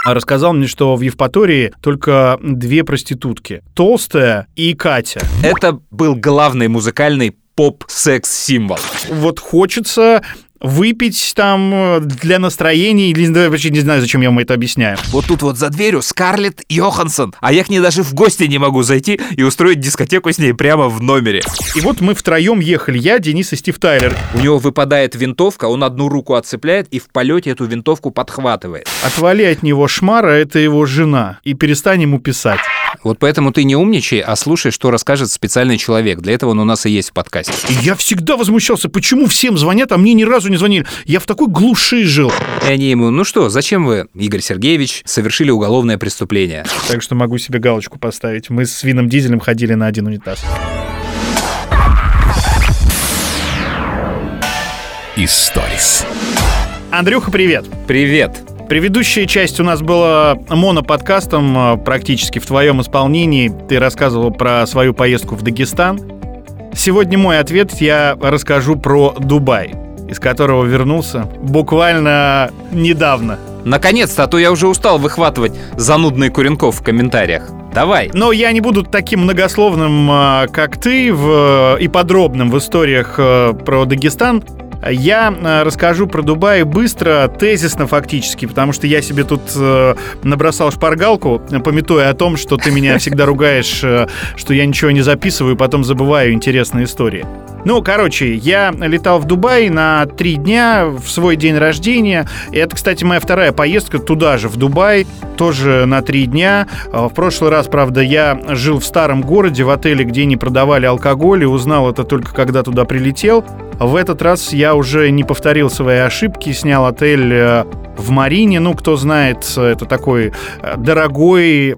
рассказал мне, что в Евпатории только 2 проститутки. Толстая и Катя. Это был главный музыкальный поп-секс-символ. Вот хочется выпить там для настроения, или вообще не знаю, зачем я вам это объясняю. Вот тут вот за дверью Скарлетт Йоханссон, а я к ней даже в гости не могу зайти и устроить дискотеку с ней прямо в номере. И вот мы втроем ехали, я, Денис и Стив Тайлер. У него выпадает винтовка, он одну руку отцепляет и в полете эту винтовку подхватывает. Отвали от него шмара, это его жена, и перестань ему писать. Вот поэтому ты не умничай, а слушай, что расскажет специальный человек. Для этого он у нас и есть в подкасте. И я всегда возмущался, почему всем звонят, а мне ни разу не звонили. Я в такой глуши жил. И они ему: ну что, зачем вы, Игорь Сергеевич, совершили уголовное преступление? Так что могу себе галочку поставить. Мы с Вином Дизелем ходили на один унитаз. Историс. Андрюха, привет. Привет. Предыдущая часть у нас была моноподкастом, практически в твоем исполнении. Ты рассказывал про свою поездку в Дагестан. Сегодня мой ответ, я расскажу про Дубай, из которого вернулся буквально недавно. Наконец-то, а то я уже устал выхватывать занудный Куренков в комментариях. Давай. Но я не буду таким многословным, как ты, и подробным в историях про Дагестан. Я расскажу про Дубай быстро, тезисно фактически, потому что я себе тут набросал шпаргалку, памятуя о том, что ты меня всегда ругаешь, что я ничего не записываю, потом забываю интересные истории. Ну, короче, я летал в Дубай на 3 дня в свой день рождения. И это, кстати, моя вторая поездка туда же, в Дубай, тоже на 3 дня. В прошлый раз, правда, я жил в старом городе, в отеле, где не продавали алкоголь, и узнал это только когда туда прилетел. В этот раз я уже не повторил свои ошибки, снял отель в Марине. Ну, кто знает, это такой дорогой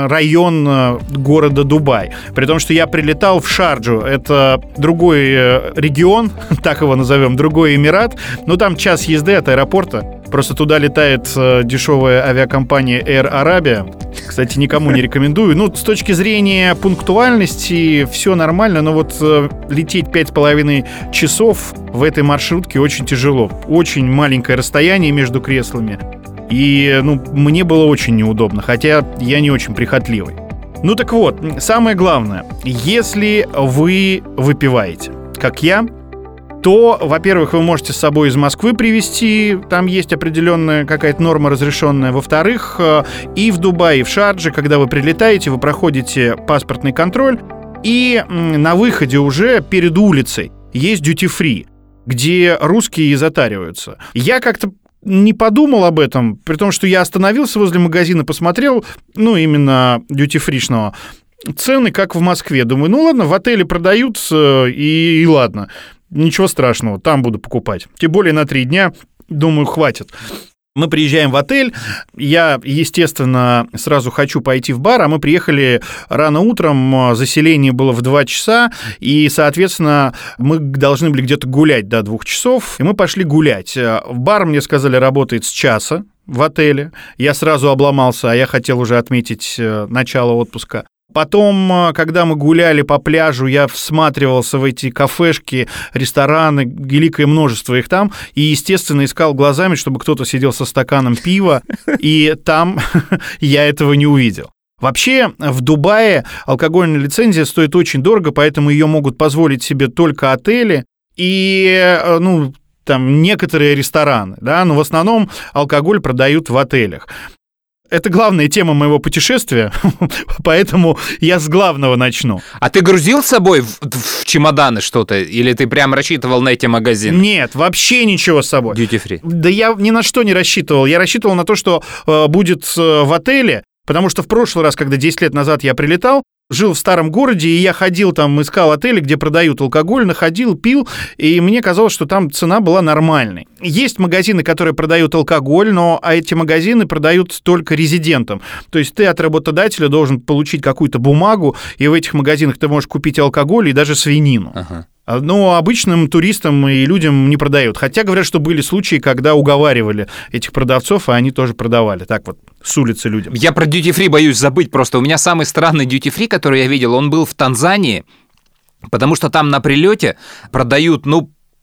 район города Дубай. При том, что я прилетал в Шарджу. Это другой регион, так его назовем, другой эмират. Ну, там час езды от аэропорта. Просто туда летает дешевая авиакомпания Air Arabia. Кстати, никому не рекомендую. Ну, с точки зрения пунктуальности все нормально, но вот лететь 5,5 часов в этой маршрутке очень тяжело. Очень маленькое расстояние между креслами. И, мне было очень неудобно, хотя я не очень прихотливый. Ну так вот, самое главное, если вы выпиваете, как я, то, во-первых, вы можете с собой из Москвы привезти, там есть определенная какая-то норма разрешенная. Во-вторых, и в Дубае, и в Шардже, когда вы прилетаете, вы проходите паспортный контроль, и на выходе уже перед улицей есть duty-free, где русские затариваются. Я как-то не подумал об этом, при том, что я остановился возле магазина, посмотрел, именно duty-free-шного, цены как в Москве. Думаю, ладно, в отеле продают, и ладно. Ничего страшного, там буду покупать. Тем более на 3 дня, думаю, хватит. Мы приезжаем в отель, я, естественно, сразу хочу пойти в бар, а мы приехали рано утром, заселение было в 2 часа, и, соответственно, мы должны были где-то гулять до 2 часов, и мы пошли гулять. Бар, мне сказали, работает с часа в отеле, я сразу обломался, а я хотел уже отметить начало отпуска. Потом, когда мы гуляли по пляжу, я всматривался в эти кафешки, рестораны, великое множество их там, и, естественно, искал глазами, чтобы кто-то сидел со стаканом пива, и там я этого не увидел. Вообще, в Дубае алкогольная лицензия стоит очень дорого, поэтому ее могут позволить себе только отели и, там, некоторые рестораны, да, но в основном алкоголь продают в отелях. Это главная тема моего путешествия, поэтому я с главного начну. А ты грузил с собой в чемоданы что-то? Или ты прям рассчитывал на эти магазины? Нет, вообще ничего с собой. Duty free. Да я ни на что не рассчитывал. Я рассчитывал на то, что будет в отеле, потому что в прошлый раз, когда 10 лет назад я прилетал, жил в старом городе, и я ходил там, искал отели, где продают алкоголь, находил, пил, и мне казалось, что там цена была нормальной. Есть магазины, которые продают алкоголь, но эти магазины продают только резидентам. То есть ты от работодателя должен получить какую-то бумагу, и в этих магазинах ты можешь купить алкоголь и даже свинину. Ага. Но обычным туристам и людям не продают. Хотя говорят, что были случаи, когда уговаривали этих продавцов, а они тоже продавали. Так вот, с улицы людям. Я про duty-free боюсь забыть просто. У меня самый странный duty-free, который я видел, он был в Танзании, потому что там на прилете продают,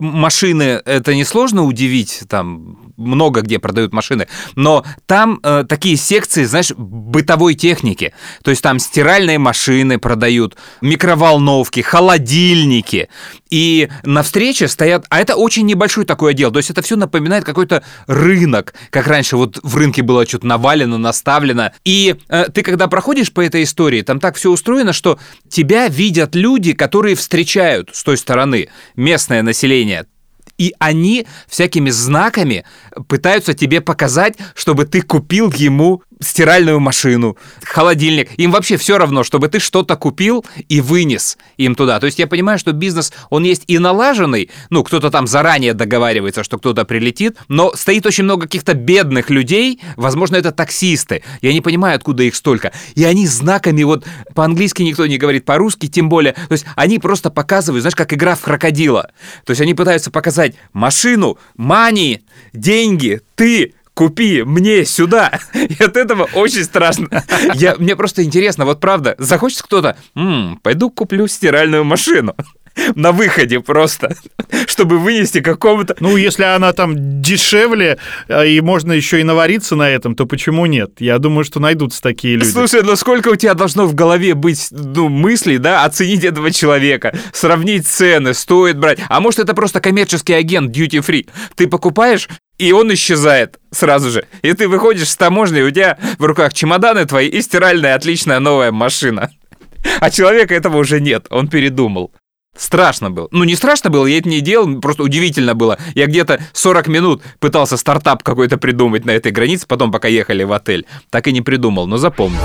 машины, это несложно удивить, там много где продают машины, но там такие секции, знаешь, бытовой техники. То есть там стиральные машины продают, микроволновки, холодильники. И на встрече стоят... А это очень небольшой такой отдел. То есть это все напоминает какой-то рынок, как раньше вот в рынке было что-то навалено, наставлено. И ты когда проходишь по этой истории, там так все устроено, что тебя видят люди, которые встречают с той стороны местное население. И они всякими знаками пытаются тебе показать, чтобы ты купил ему стиральную машину, холодильник. Им вообще все равно, чтобы ты что-то купил и вынес им туда. То есть я понимаю, что бизнес, он есть и налаженный, ну, кто-то там заранее договаривается, что кто-то прилетит, но стоит очень много каких-то бедных людей, возможно, это таксисты. Я не понимаю, откуда их столько. И они знаками, вот по-английски никто не говорит, по-русски тем более. То есть они просто показывают, знаешь, как игра в крокодила. То есть они пытаются показать машину, money, деньги, ты... Купи мне сюда. И от этого очень страшно. Мне просто интересно, вот правда, захочет кто-то, пойду куплю стиральную машину. На выходе просто, чтобы вынести какому-то... Ну, если она там дешевле, и можно еще и навариться на этом, то почему нет? Я думаю, что найдутся такие люди. Слушай, ну сколько у тебя должно в голове быть мыслей, да, оценить этого человека, сравнить цены, стоит брать. А может, это просто коммерческий агент duty-free. Ты покупаешь, и он исчезает сразу же. И ты выходишь с таможни, у тебя в руках чемоданы твои и стиральная отличная новая машина. А человека этого уже нет, он передумал. Страшно было. Ну, не страшно было, я это не делал, просто удивительно было. Я где-то 40 минут пытался стартап какой-то придумать на этой границе, потом, пока ехали в отель, так и не придумал, но запомнил.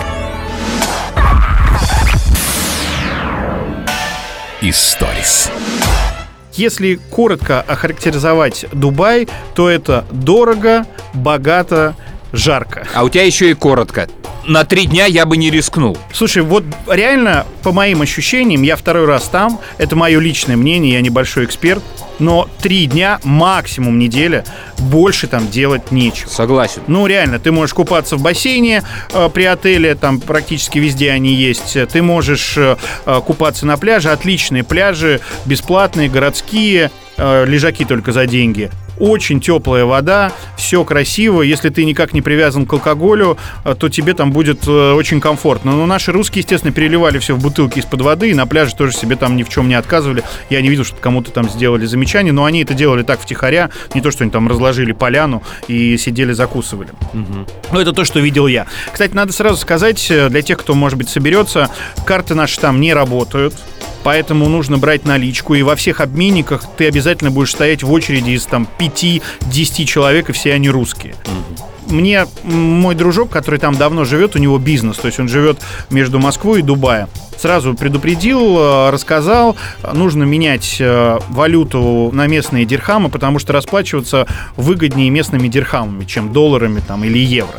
Историс. Если коротко охарактеризовать Дубай, то это дорого, богато, жарко. А у тебя еще и коротко. На 3 дня я бы не рискнул. Слушай, вот реально, по моим ощущениям, я второй раз там, это мое личное мнение, я небольшой эксперт, но 3 дня, максимум неделя, больше там делать нечего. Согласен. Ну, реально, ты можешь купаться в бассейне при отеле, там практически везде они есть. Ты можешь купаться на пляже, отличные пляжи, бесплатные, городские, лежаки только за деньги. Очень теплая вода, все красиво. Если ты никак не привязан к алкоголю, то тебе там будет очень комфортно. Но наши русские, естественно, переливали все в бутылки из-под воды, и на пляже тоже себе там ни в чем не отказывали. Я не видел, что кому-то там сделали замечание, но они это делали так втихаря, не то, что они там разложили поляну и сидели закусывали. Ну, это то, что видел я. Кстати, надо сразу сказать, для тех, кто, может быть, соберется, карты наши там не работают. Поэтому нужно брать наличку, и во всех обменниках ты обязательно будешь стоять в очереди из там 5-10 человек, и все они русские. Мне мой дружок, который там давно живет, у него бизнес, то есть он живет между Москвой и Дубаем. Сразу предупредил, рассказал, нужно менять валюту на местные дирхамы, потому что расплачиваться выгоднее местными дирхамами, чем долларами там, или евро.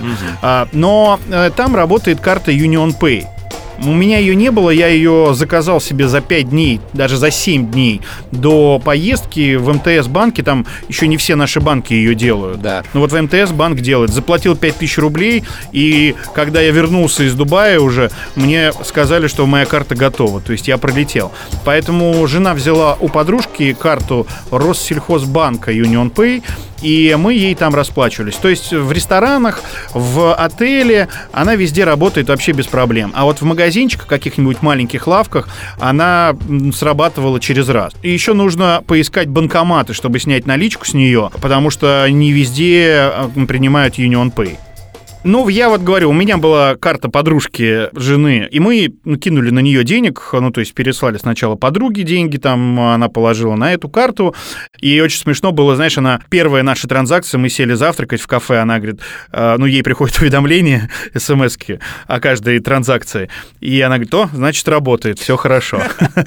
Но там работает карта UnionPay. У меня ее не было, я ее заказал себе за 5 дней, даже за 7 дней до поездки в МТС-банке, там еще не все наши банки ее делают. Да. Но вот в МТС-банк делает. Заплатил 5000 рублей, и когда я вернулся из Дубая уже, мне сказали, что моя карта готова, то есть я пролетел. Поэтому жена взяла у подружки карту Россельхозбанка UnionPay, и мы ей там расплачивались. То есть в ресторанах, в отеле она везде работает вообще без проблем. А вот в магазинчиках, каких-нибудь маленьких лавках она срабатывала через раз. И еще нужно поискать банкоматы, чтобы снять наличку с нее, потому что не везде принимают UnionPay. Ну, я вот говорю, у меня была карта подружки жены, и мы кинули на нее денег, ну, то есть переслали сначала подруге деньги, там она положила на эту карту, и очень смешно было, знаешь, она, первая наша транзакция, мы сели завтракать в кафе, она говорит, ну, ей приходит уведомление, смс-ки о каждой транзакции, и она говорит, значит, работает, все хорошо.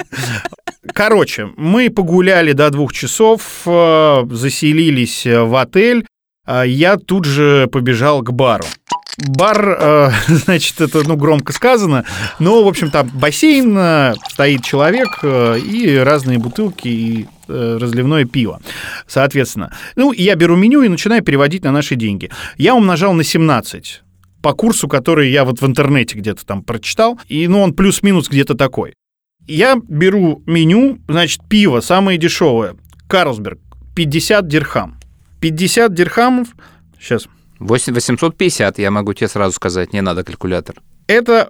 Короче, мы погуляли до 2 часов, заселились в отель, я тут же побежал к бару. Бар, значит, это, громко сказано, но, в общем, там бассейн, стоит человек и разные бутылки, и разливное пиво, соответственно. Я беру меню и начинаю переводить на наши деньги. Я умножал на 17 по курсу, который я вот в интернете где-то там прочитал, и, он плюс-минус где-то такой. Я беру меню, значит, пиво самое дешевое, Карлсберг, 50 дирхам. 50 дирхамов, сейчас. 850, я могу тебе сразу сказать, не надо калькулятор. Это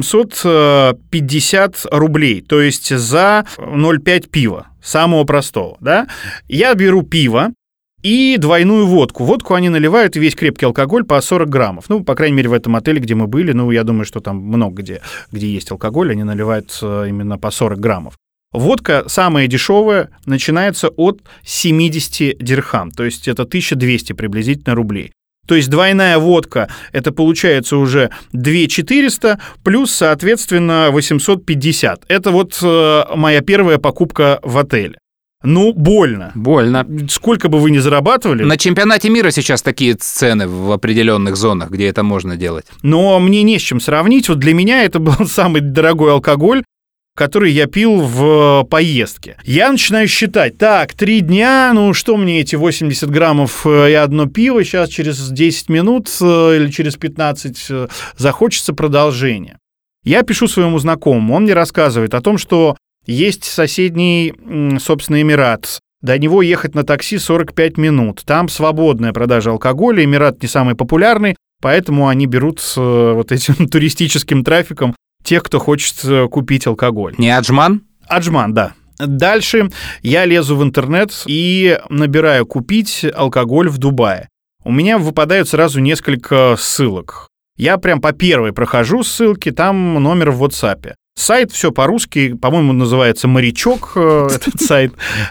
850 рублей, то есть за 0,5 пива, самого простого, да? Я беру пиво и двойную водку. Водку они наливают, весь крепкий алкоголь по 40 граммов. Ну, по крайней мере, в этом отеле, где мы были, ну, я думаю, что там много где есть алкоголь, они наливают именно по 40 граммов. Водка самая дешевая начинается от 70 дирхам, то есть это 1200 приблизительно рублей. То есть двойная водка, это получается уже 2400 плюс, соответственно, 850. Это вот моя первая покупка в отеле. Ну, больно. Больно. Сколько бы вы ни зарабатывали. На чемпионате мира сейчас такие цены в определенных зонах, где это можно делать. Но мне не с чем сравнить. Вот для меня это был самый дорогой алкоголь, который я пил в поездке. Я начинаю считать, так, 3 дня, ну что мне эти 80 граммов и одно пиво, сейчас через 10 минут или через 15 захочется продолжения. Я пишу своему знакомому, он мне рассказывает о том, что есть соседний, собственно, Эмират. До него ехать на такси 45 минут. Там свободная продажа алкоголя, Эмират не самый популярный, поэтому они берут вот этим туристическим трафиком тех, кто хочет купить алкоголь. Не Аджман? Аджман, да. Дальше я лезу в интернет и набираю «купить алкоголь в Дубае». У меня выпадают сразу несколько ссылок. Я прям по первой прохожу ссылки, там номер в WhatsApp. Сайт все по-русски, по-моему, называется «Морячок», этот сайт.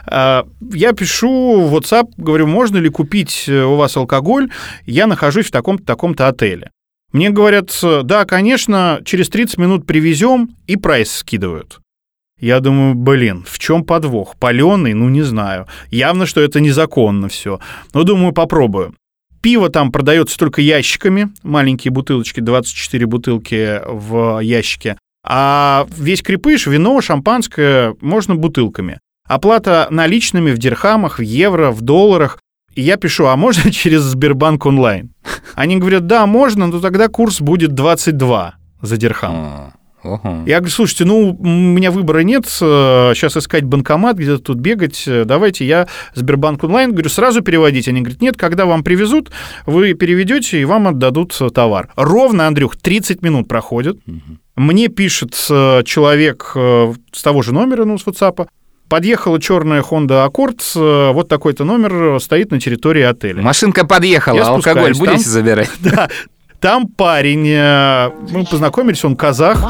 Я пишу в WhatsApp, говорю, можно ли купить у вас алкоголь, я нахожусь в таком-то отеле. Мне говорят, да, конечно, через 30 минут привезем, и прайс скидывают. Я думаю, блин, в чем подвох? Палёный? Ну, не знаю. Явно, что это незаконно все. Но думаю, попробую. Пиво там продается только ящиками, маленькие бутылочки, 24 бутылки в ящике. А весь крепыш, вино, шампанское можно бутылками. Оплата наличными в дирхамах, в евро, в долларах. И я пишу, а можно через Сбербанк онлайн? Они говорят, да, можно, но тогда курс будет 22 за дирхам. Я говорю, слушайте, ну, у меня выбора нет, сейчас искать банкомат, где-то тут бегать, давайте я Сбербанк онлайн, говорю, сразу переводить. Они говорят, нет, когда вам привезут, вы переведете, и вам отдадут товар. Ровно, Андрюх, 30 минут проходит. Мне пишет человек с того же номера, ну, с WhatsApp, подъехала черная Honda Accord, вот такой-то номер стоит на территории отеля. Машинка подъехала, алкоголь будете забирать? Да, там парень, мы познакомились, он казах.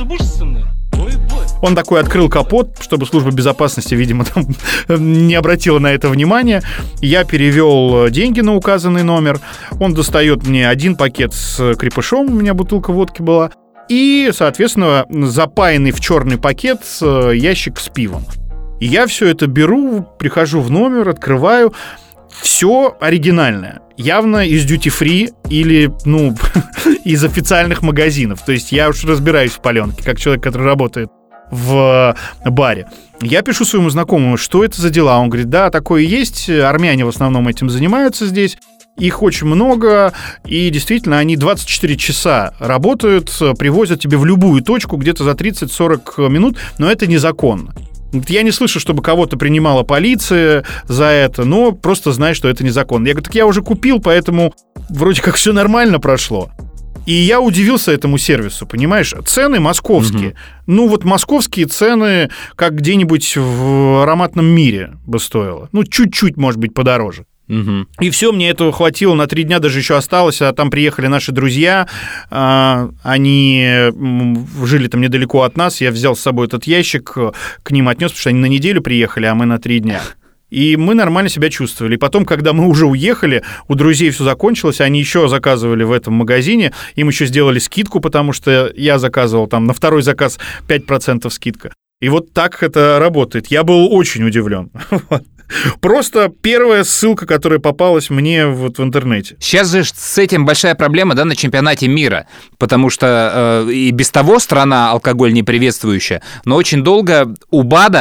Он такой открыл капот, чтобы служба безопасности, видимо, там не обратила на это внимания. Я перевел деньги на указанный номер. Он достает мне один пакет с крепышом, у меня бутылка водки была, и, соответственно, запаянный в черный пакет ящик с пивом. И я все это беру, прихожу в номер, открываю. Все оригинальное. Явно из duty-free или, ну, из официальных магазинов. То есть я уж разбираюсь в паленке, как человек, который работает в баре. Я пишу своему знакомому, что это за дела. Он говорит, да, такое есть. Армяне в основном этим занимаются здесь. Их очень много, и действительно они 24 часа работают, привозят тебе в любую точку где-то за 30-40 минут, но это незаконно. Я не слышу, чтобы кого-то принимала полиция за это, но просто знаю, что это незаконно. Я говорю, так я уже купил, поэтому вроде как все нормально прошло. И я удивился этому сервису, понимаешь? Цены московские. Ну вот московские цены, как где-нибудь в ароматном мире бы стоило. Ну чуть-чуть, может быть, подороже. И все, мне этого хватило, на 3 дня даже еще осталось, а там приехали наши друзья, они жили там недалеко от нас, я взял с собой этот ящик, к ним отнес, потому что они на неделю приехали, а мы на 3 дня. И мы нормально себя чувствовали. И потом, когда мы уже уехали, у друзей все закончилось, они еще заказывали в этом магазине, им еще сделали скидку, потому что я заказывал там на второй заказ 5% скидка. И вот так это работает. Я был очень удивлен. Просто первая ссылка, которая попалась мне вот в интернете. Сейчас же с этим большая проблема, да, на чемпионате мира, потому что и без того страна алкоголь не приветствующая, но очень долго у БАДа,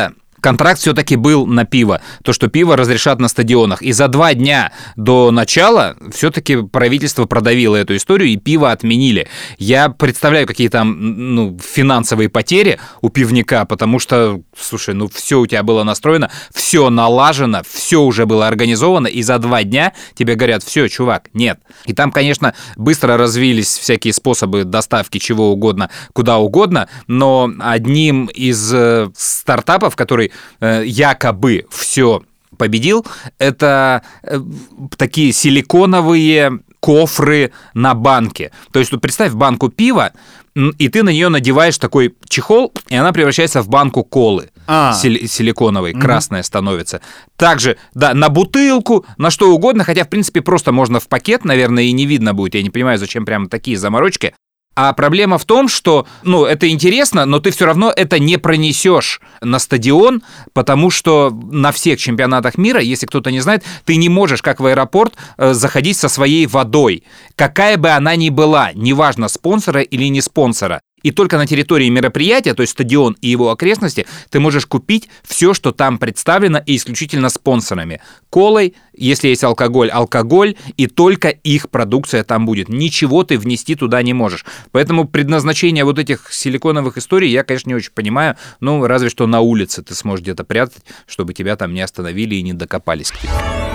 контракт все-таки был на пиво, то, что пиво разрешат на стадионах. И за 2 дня до начала все-таки правительство продавило эту историю, и пиво отменили. Я представляю, какие там финансовые потери у пивника, потому что, слушай, все у тебя было настроено, все налажено, все уже было организовано, и за 2 дня тебе говорят: все, чувак, нет. И там, конечно, быстро развились всякие способы доставки чего угодно, куда угодно, но одним из стартапов, который якобы все победил, это такие силиконовые кофры на банке. То есть, представь банку пива, и ты на нее надеваешь такой чехол, и она превращается в банку колы силиконовой, красная становится. Также, да, на бутылку, на что угодно, хотя, в принципе, просто можно в пакет, наверное, и не видно будет. Я не понимаю, зачем прямо такие заморочки. А проблема в том, что, это интересно, но ты все равно это не пронесешь на стадион, потому что на всех чемпионатах мира, если кто-то не знает, ты не можешь, как в аэропорт, заходить со своей водой, какая бы она ни была, неважно, спонсора или не спонсора. И только на территории мероприятия, то есть стадион и его окрестности, ты можешь купить все, что там представлено, и исключительно спонсорами. Колой, если есть алкоголь, и только их продукция там будет. Ничего ты внести туда не можешь. Поэтому предназначение вот этих силиконовых историй я, конечно, не очень понимаю, разве что на улице ты сможешь где-то прятать, чтобы тебя там не остановили и не докопались к тебе.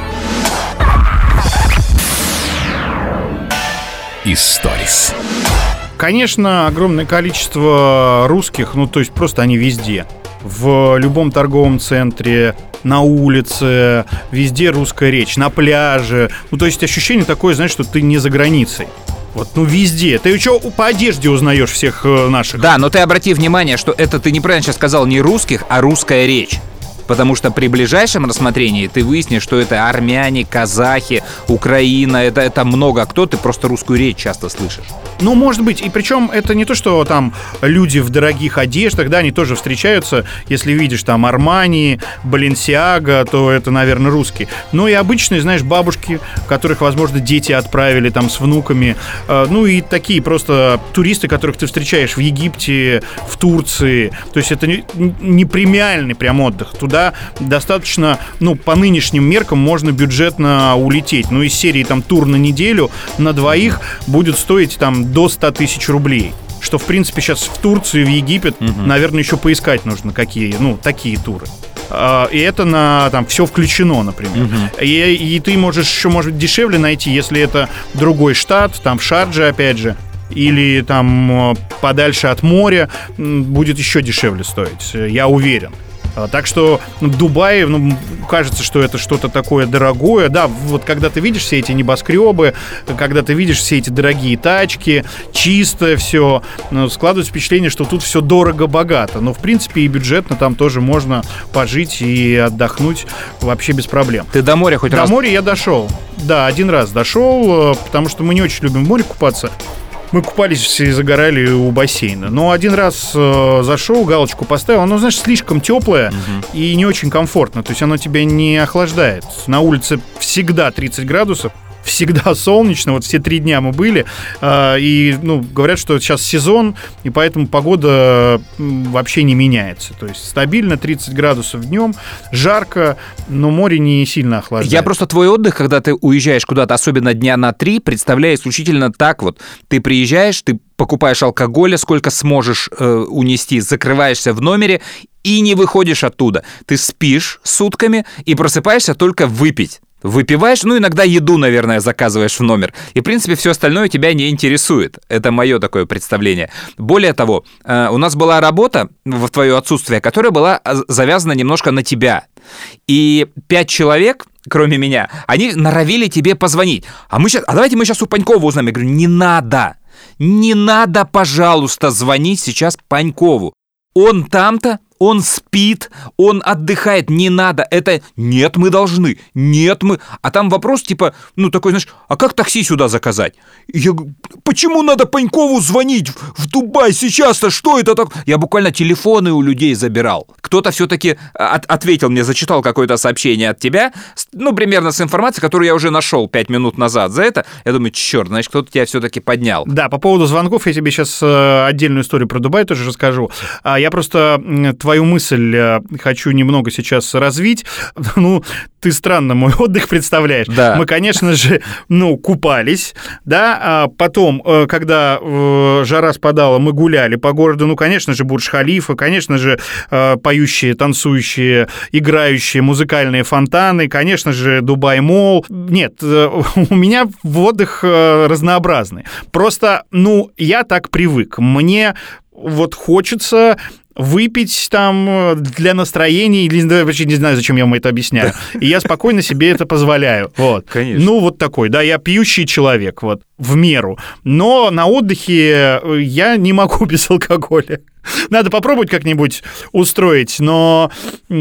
Историс. Конечно, огромное количество русских, то есть просто они везде. В любом торговом центре, на улице, везде русская речь, на пляже. То есть ощущение такое, знаешь, что ты не за границей. Везде. Ты что, по одежде узнаешь всех наших? Да, но ты обрати внимание, что это ты неправильно сейчас сказал не русских, а русская речь. Потому что при ближайшем рассмотрении ты выяснишь, что это армяне, казахи, Украина, это много кто, ты просто русскую речь часто слышишь. Может быть, и причем это не то, что там люди в дорогих одеждах, да, они тоже встречаются, если видишь там Армани, Баленсиага, то это, наверное, русские. Но и обычные, знаешь, бабушки, которых, возможно, дети отправили там с внуками, и такие просто туристы, которых ты встречаешь в Египте, в Турции, то есть это не премиальный прям отдых, туда достаточно, по нынешним меркам можно бюджетно улететь. Из серии там тур на неделю на двоих будет стоить там до 100 тысяч рублей. Что, в принципе, сейчас в Турцию, в Египет, наверное, еще поискать нужно какие, такие туры. И это на там все включено, например. И ты можешь еще, может быть, дешевле найти, если это другой штат, там в Шардже, опять же, или там подальше от моря, будет еще дешевле стоить, я уверен. Так что Дубай, кажется, что это что-то такое дорогое. Да, когда ты видишь все эти небоскребы, когда ты видишь все эти дорогие тачки, чисто все, складывается впечатление, что тут все дорого-богато. Но, в принципе, и бюджетно там тоже можно пожить и отдохнуть вообще без проблем. Ты до моря хоть раз? До моря я дошел. Да, 1 раз дошел, потому что мы не очень любим в море купаться. Мы купались и загорали у бассейна. Но 1 раз зашел, галочку поставил. Оно, знаешь, слишком теплое и не очень комфортно. То есть оно тебя не охлаждает. На улице всегда 30 градусов. Всегда солнечно, все 3 дня мы были, и, говорят, что сейчас сезон, и поэтому погода вообще не меняется. То есть стабильно 30 градусов днем, жарко, но море не сильно охлаждает. Я просто твой отдых, когда ты уезжаешь куда-то, особенно дня на 3, представляю исключительно так вот. Ты приезжаешь, ты покупаешь алкоголя, сколько сможешь унести, закрываешься в номере и не выходишь оттуда. Ты спишь сутками и просыпаешься только выпить. Выпиваешь, иногда еду, наверное, заказываешь в номер. И, в принципе, все остальное тебя не интересует. Это мое такое представление. Более того, у нас была работа в твое отсутствие, которая была завязана немножко на тебя. И 5 человек, кроме меня, они норовили тебе позвонить. А давайте мы сейчас у Панькова узнаем. Я говорю, не надо, пожалуйста, звонить сейчас Панькову. Он там-то, он спит, он отдыхает, не надо, это нет, мы должны, нет, мы... А там вопрос типа, такой, знаешь, а как такси сюда заказать? Я говорю, почему надо Панькову звонить в Дубай сейчас-то, что это так? Я буквально телефоны у людей забирал. Кто-то все-таки ответил мне, зачитал какое-то сообщение от тебя, примерно с информацией, которую я уже нашел 5 минут назад за это. Я думаю, черт, значит, кто-то тебя все-таки поднял. Да, по поводу звонков я тебе сейчас отдельную историю про Дубай тоже расскажу. Я просто твою мысль хочу немного сейчас развить. Ну, ты странно мой отдых представляешь. Да. Мы, конечно же, купались, да, а потом, когда жара спадала, мы гуляли по городу, ну, конечно же, Бурдж-Халифа, конечно же, поющие, танцующие, играющие музыкальные фонтаны, конечно же, Дубай-молл. Нет, у меня отдых разнообразный. Просто, я так привык. Мне вот хочется выпить там для настроения, или вообще не знаю, зачем я вам это объясняю. И я спокойно себе это позволяю. Вот. Конечно. Вот такой, да, я пьющий человек, вот, в меру. Но на отдыхе я не могу без алкоголя. Надо попробовать как-нибудь устроить, но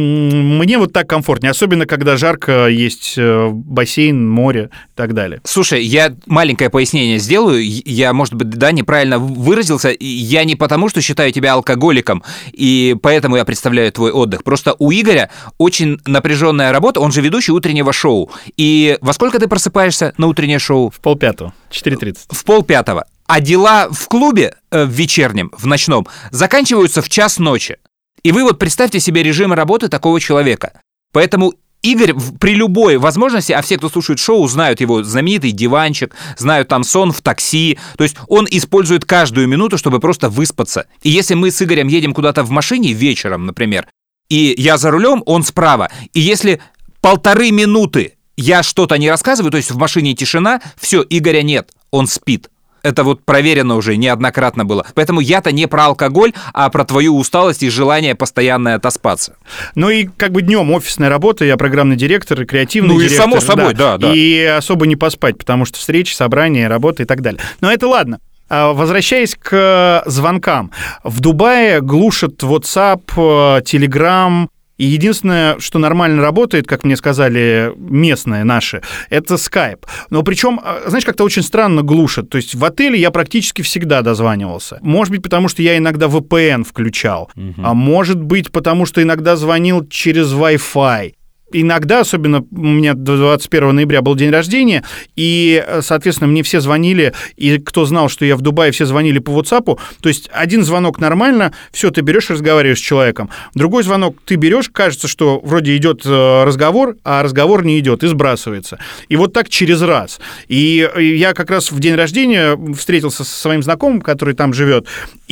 мне вот так комфортнее, особенно когда жарко, есть бассейн, море и так далее. Слушай, я маленькое пояснение сделаю. Я, может быть, неправильно выразился. Я не потому, что считаю тебя алкоголиком, и поэтому я представляю твой отдых. Просто у Игоря очень напряженная работа, он же ведущий утреннего шоу. И во сколько ты просыпаешься на утреннее шоу? В 4:30, 4:30. В 4:30. А дела в клубе в вечернем, в ночном, заканчиваются в 1:00 ночи. И вы вот представьте себе режим работы такого человека. Поэтому Игорь при любой возможности, а все, кто слушает шоу, знают его знаменитый диванчик, знают там сон в такси. То есть он использует каждую минуту, чтобы просто выспаться. И если мы с Игорем едем куда-то в машине вечером, например, и я за рулем, он справа, и если 1,5 минуты я что-то не рассказываю, то есть в машине тишина, все, Игоря нет, он спит. Это вот проверено уже неоднократно было. Поэтому я-то не про алкоголь, а про твою усталость и желание постоянно отоспаться. Ну и как бы днем офисная работа, я программный директор и креативный директор. Ну и само собой, да. И особо не поспать, потому что встречи, собрания, работа и так далее. Но это ладно. Возвращаясь к звонкам. В Дубае глушат WhatsApp, Telegram. И единственное, что нормально работает, как мне сказали местные наши, это Skype. Но причем, знаешь, как-то очень странно глушат. То есть в отеле я практически всегда дозванивался. Может быть, потому что я иногда VPN включал. А может быть, потому что иногда звонил через Wi-Fi. Иногда, особенно у меня 21 ноября был день рождения, и, соответственно, мне все звонили, и кто знал, что я в Дубае, все звонили по WhatsApp. То есть один звонок нормально, все, ты берешь и разговариваешь с человеком. Другой звонок ты берешь, кажется, что вроде идет разговор, а разговор не идет, и сбрасывается. И вот так через раз. И я как раз в день рождения встретился со своим знакомым, который там живет,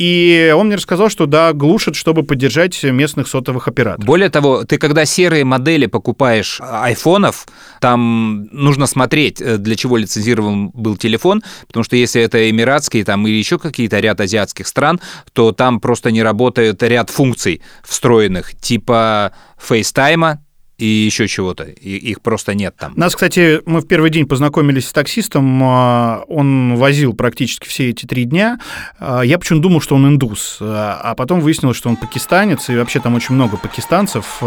и он мне рассказал, что да, глушат, чтобы поддержать местных сотовых операторов. Более того, ты когда серые модели покупаешь айфонов, там нужно смотреть, для чего лицензирован был телефон, потому что если это эмиратские там, или еще какие-то ряд азиатских стран, то там просто не работает ряд функций встроенных, типа фейстайма, и еще чего-то. Их просто нет там. Нас, кстати, мы в первый день познакомились с таксистом, он возил практически все эти 3 дня. Я почему-то думал, что он индус, а потом выяснилось, что он пакистанец, и вообще там очень много пакистанцев.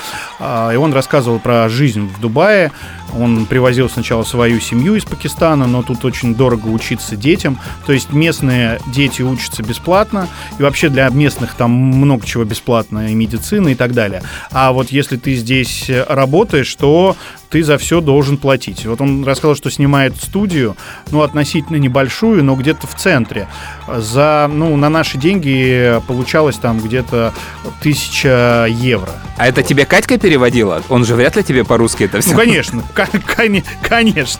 И он рассказывал про жизнь в Дубае. Он привозил сначала свою семью из Пакистана, но тут очень дорого учиться детям. То есть местные дети учатся бесплатно, и вообще для местных там много чего бесплатно, и медицина, и так далее. А вот если ты здесь работаешь, то ты за все должен платить. Вот он рассказал, что снимает студию, относительно небольшую, но где-то в центре. На наши деньги получалось там где-то 1000 евро. А это тебе Катька переводила? Он же вряд ли тебе по-русски это все. Конечно. Конечно.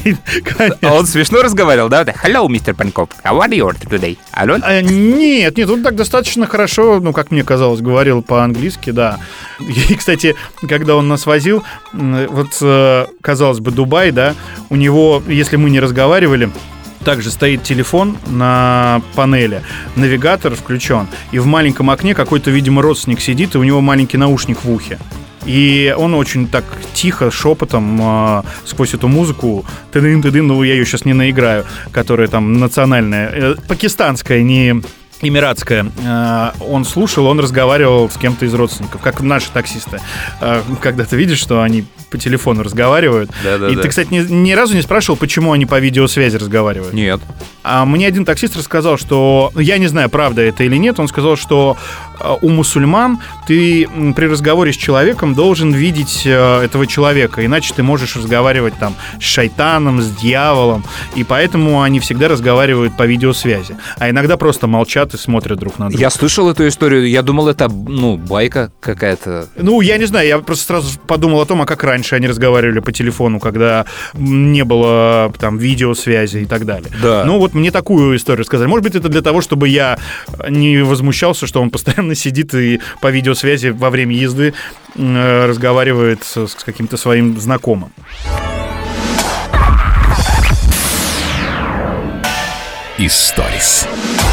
А он смешно разговаривал, да? Hello, Mr. Pankov. How are you today? Нет, он так достаточно хорошо, как мне казалось, говорил по-английски, да. И, кстати, когда он нас возил, казалось бы, Дубай, да, у него, если мы не разговаривали, также стоит телефон на панели, навигатор включен, и в маленьком окне какой-то, видимо, родственник сидит, и у него маленький наушник в ухе. И он очень так тихо, шепотом, сквозь эту музыку, тыдын-тыдын, я ее сейчас не наиграю, которая там национальная, пакистанская, не эмиратская, он слушал, он разговаривал с кем-то из родственников, как наши таксисты. Когда ты видишь, что они по телефону разговаривают. И ты, кстати, ни разу не спрашивал, почему они по видеосвязи разговаривают? Нет. А мне один таксист рассказал, что, я не знаю, правда это или нет, он сказал, что у мусульман ты при разговоре с человеком должен видеть этого человека, иначе ты можешь разговаривать там с шайтаном, с дьяволом, и поэтому они всегда разговаривают по видеосвязи, а иногда просто молчат и смотрят друг на друга. Я слышал эту историю, я думал, это, байка какая-то. Я не знаю, я просто сразу подумал о том, а как раньше они разговаривали по телефону, когда не было там видеосвязи и так далее. Да. Вот мне такую историю сказали. Может быть, это для того, чтобы я не возмущался, что он постоянно сидит и по видеосвязи во время езды разговаривает с каким-то своим знакомым. Историс.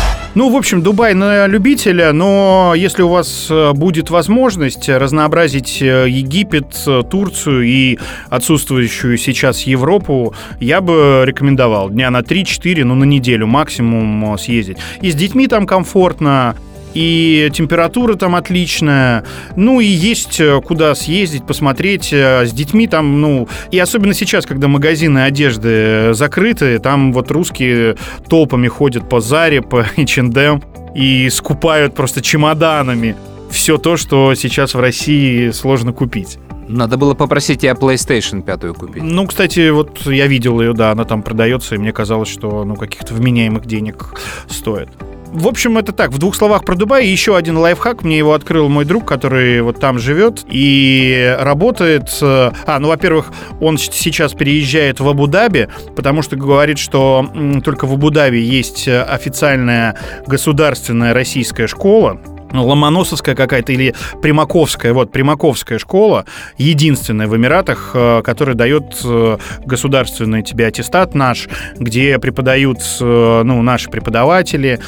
В общем, Дубай на любителя, но если у вас будет возможность разнообразить Египет, Турцию и отсутствующую сейчас Европу, я бы рекомендовал дня на 3-4, на неделю максимум съездить. И с детьми там комфортно, и температура там отличная, и есть куда съездить, посмотреть с детьми там, и особенно сейчас, когда магазины одежды закрыты, там вот русские толпами ходят по Заре, по H&M и скупают просто чемоданами все то, что сейчас в России сложно купить. Надо было попросить тебя PlayStation 5 купить. Кстати, вот я видел ее, да, она там продается, и мне казалось, что каких-то вменяемых денег стоит. В общем, это так, в двух словах про Дубай. Еще один лайфхак, мне его открыл мой друг, который вот там живет и работает. Во-первых, он сейчас переезжает в Абу-Даби, потому что говорит, что только в Абу-Даби есть официальная государственная российская школа. Ломоносовская какая-то или Примаковская школа, единственная в Эмиратах, которая дает государственный тебе аттестат наш, где преподают наши преподаватели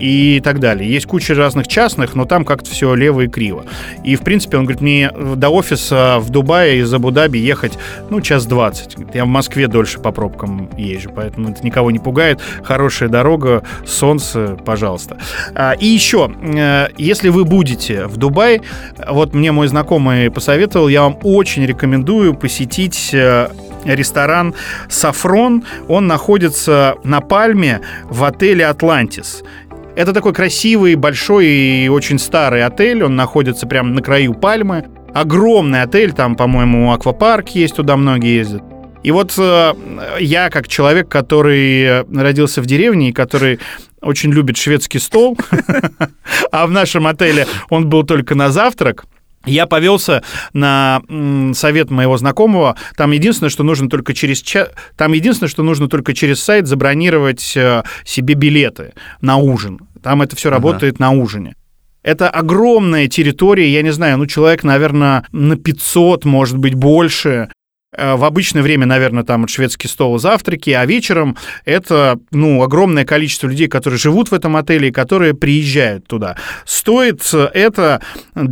и так далее. Есть куча разных частных, но там как-то все лево и криво. И, в принципе, он говорит, мне до офиса в Дубае из Абу-Даби ехать, 1:20. Я в Москве дольше по пробкам езжу, поэтому это никого не пугает. Хорошая дорога, солнце, пожалуйста. И еще, если вы будете в Дубае, вот мне мой знакомый посоветовал, я вам очень рекомендую посетить ресторан «Сафрон». Он находится на Пальме в отеле «Атлантис». Это такой красивый, большой и очень старый отель. Он находится прямо на краю Пальмы. Огромный отель, там, по-моему, аквапарк есть, туда многие ездят. И вот я, как человек, который родился в деревне и который очень любит шведский стол, а в нашем отеле он был только на завтрак, я повелся на совет моего знакомого. Там единственное, что нужно только через сайт забронировать себе билеты на ужин. Там это все работает на ужине. Это огромная территория, я не знаю, человек, наверное, на 500, может быть, больше. В обычное время, наверное, там шведский стол и завтраки, а вечером это, огромное количество людей, которые живут в этом отеле и которые приезжают туда. Стоит это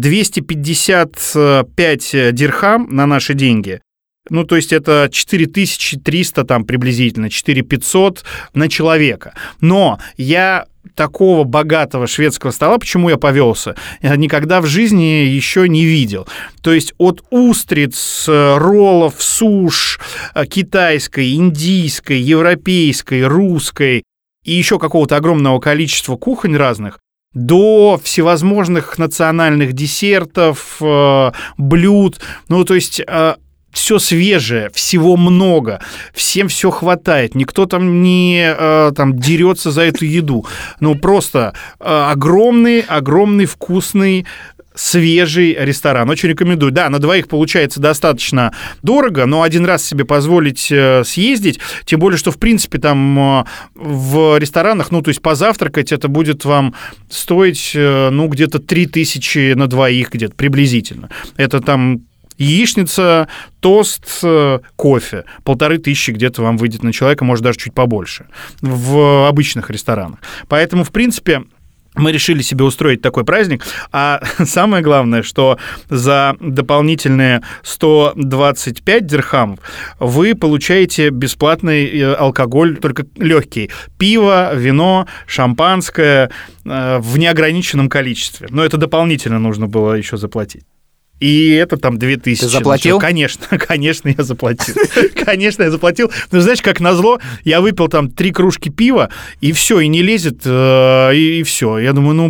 255 дирхам на наши деньги. То есть это 4300 там приблизительно, 4500 на человека. Но я такого богатого шведского стола, почему я повелся, никогда в жизни еще не видел. То есть от устриц, роллов, суш, китайской, индийской, европейской, русской и еще какого-то огромного количества кухонь разных, до всевозможных национальных десертов, блюд. То есть все свежее, всего много, всем все хватает, никто там не дерется за эту еду. Просто огромный, вкусный, свежий ресторан. Очень рекомендую. Да, на двоих получается достаточно дорого, но один раз себе позволить съездить, тем более, что, в принципе, там в ресторанах, то есть позавтракать, это будет вам стоить, где-то 3000 на двоих, где-то приблизительно. Это там яичница, тост, кофе. 1500 где-то вам выйдет на человека, может, даже чуть побольше в обычных ресторанах. Поэтому, в принципе, мы решили себе устроить такой праздник. А самое главное, что за дополнительные 125 дирхамов вы получаете бесплатный алкоголь, только легкий. Пиво, вино, шампанское в неограниченном количестве. Но это дополнительно нужно было еще заплатить. И это там 2000. Ты заплатил? Конечно, я заплатил. Конечно, я заплатил. Но знаешь, как назло, я выпил там 3 кружки пива, и все, и не лезет, и все. Я думаю,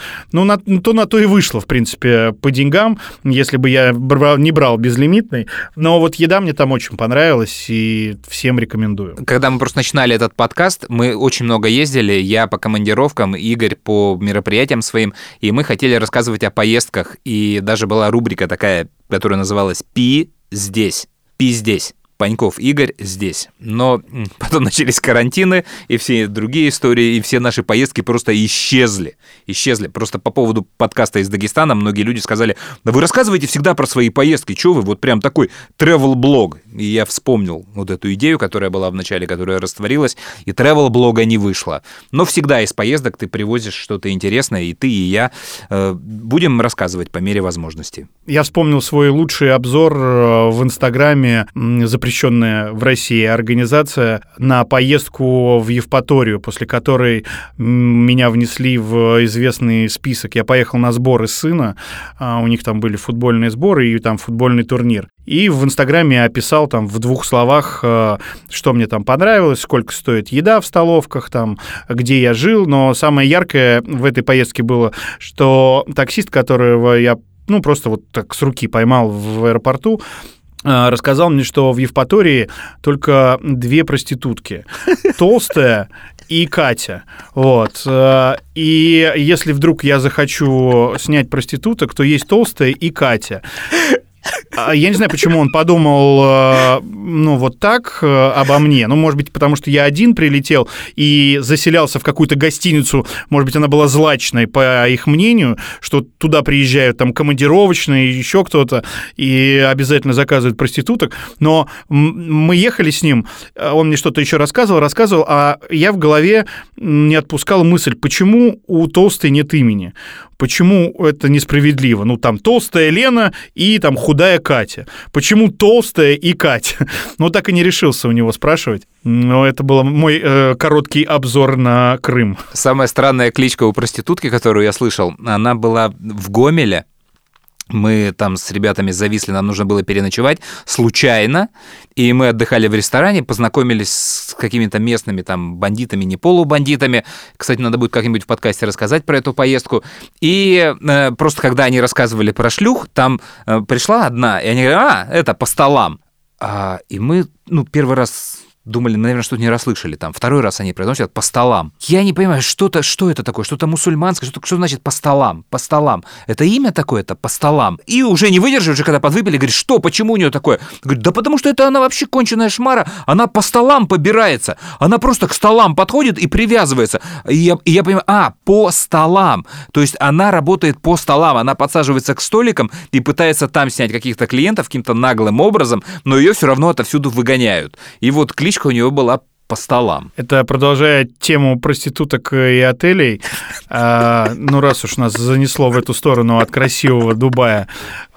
на то и вышло, в принципе, по деньгам, если бы я не брал безлимитный. Но вот еда мне там очень понравилась, и всем рекомендую. Когда мы просто начинали этот подкаст, мы очень много ездили, я по командировкам, Игорь по мероприятиям своим, и мы хотели рассказывать о поездках, и даже была рубрика такая, которая называлась «Пи здесь». «Пи здесь». Паньков Игорь здесь. Но потом начались карантины, и все другие истории, и все наши поездки просто исчезли. Просто по поводу подкаста из Дагестана многие люди сказали: да вы рассказываете всегда про свои поездки, чего вы, вот прям такой travel-блог. И я вспомнил вот эту идею, которая была в начале, которая растворилась, и travel-блога не вышло. Но всегда из поездок ты привозишь что-то интересное, и ты, и я будем рассказывать по мере возможности. Я вспомнил свой лучший обзор в Инстаграме, запрещенная в России организация, на поездку в Евпаторию, после которой меня внесли в известный список. Я поехал на сборы сына, у них там были футбольные сборы и там футбольный турнир. И в Инстаграме описал там в 2 словах, что мне там понравилось, сколько стоит еда в столовках, там, где я жил. Но самое яркое в этой поездке было, что таксист, которого я просто вот так с руки поймал в аэропорту, рассказал мне, что в Евпатории только 2 проститутки. Толстая и Катя. Вот. И если вдруг я захочу снять проституток, то есть толстая и Катя. Я не знаю, почему он подумал, вот так обо мне. Может быть, потому что я один прилетел и заселялся в какую-то гостиницу, может быть, она была злачной, по их мнению, что туда приезжают там командировочные, еще кто-то, и обязательно заказывают проституток. Но мы ехали с ним, он мне что-то еще рассказывал, а я в голове не отпускал мысль, почему у толстой нет имени. Почему это несправедливо? Там толстая Лена и там худая Катя. Почему толстая и Катя? Так и не решился у него спрашивать. Но это был мой короткий обзор на Крым. Самая странная кличка у проститутки, которую я слышал, она была в Гомеле. Мы там с ребятами зависли, нам нужно было переночевать случайно, и мы отдыхали в ресторане, познакомились с какими-то местными там бандитами, не полубандитами. Кстати, надо будет как-нибудь в подкасте рассказать про эту поездку. И просто когда они рассказывали про шлюх, там пришла одна, и они говорят: это по столам. И мы, первый раз думали, наверное, что-то не расслышали. Там второй раз они произносят по столам. Я не понимаю, что это такое, что-то мусульманское, что значит по столам? По столам. Это имя такое-то, по столам. И уже не выдержали, уже когда подвыпили, говорит, что, почему у нее такое? Говорит, да потому что это она вообще конченая шмара, она по столам побирается. Она просто к столам подходит и привязывается. И я понимаю, по столам. То есть она работает по столам, она подсаживается к столикам и пытается там снять каких-то клиентов каким-то наглым образом, но ее все равно отовсюду выгоняют. И вот кличка у него была по столам. Это продолжая тему проституток и отелей, раз уж нас занесло в эту сторону от красивого Дубая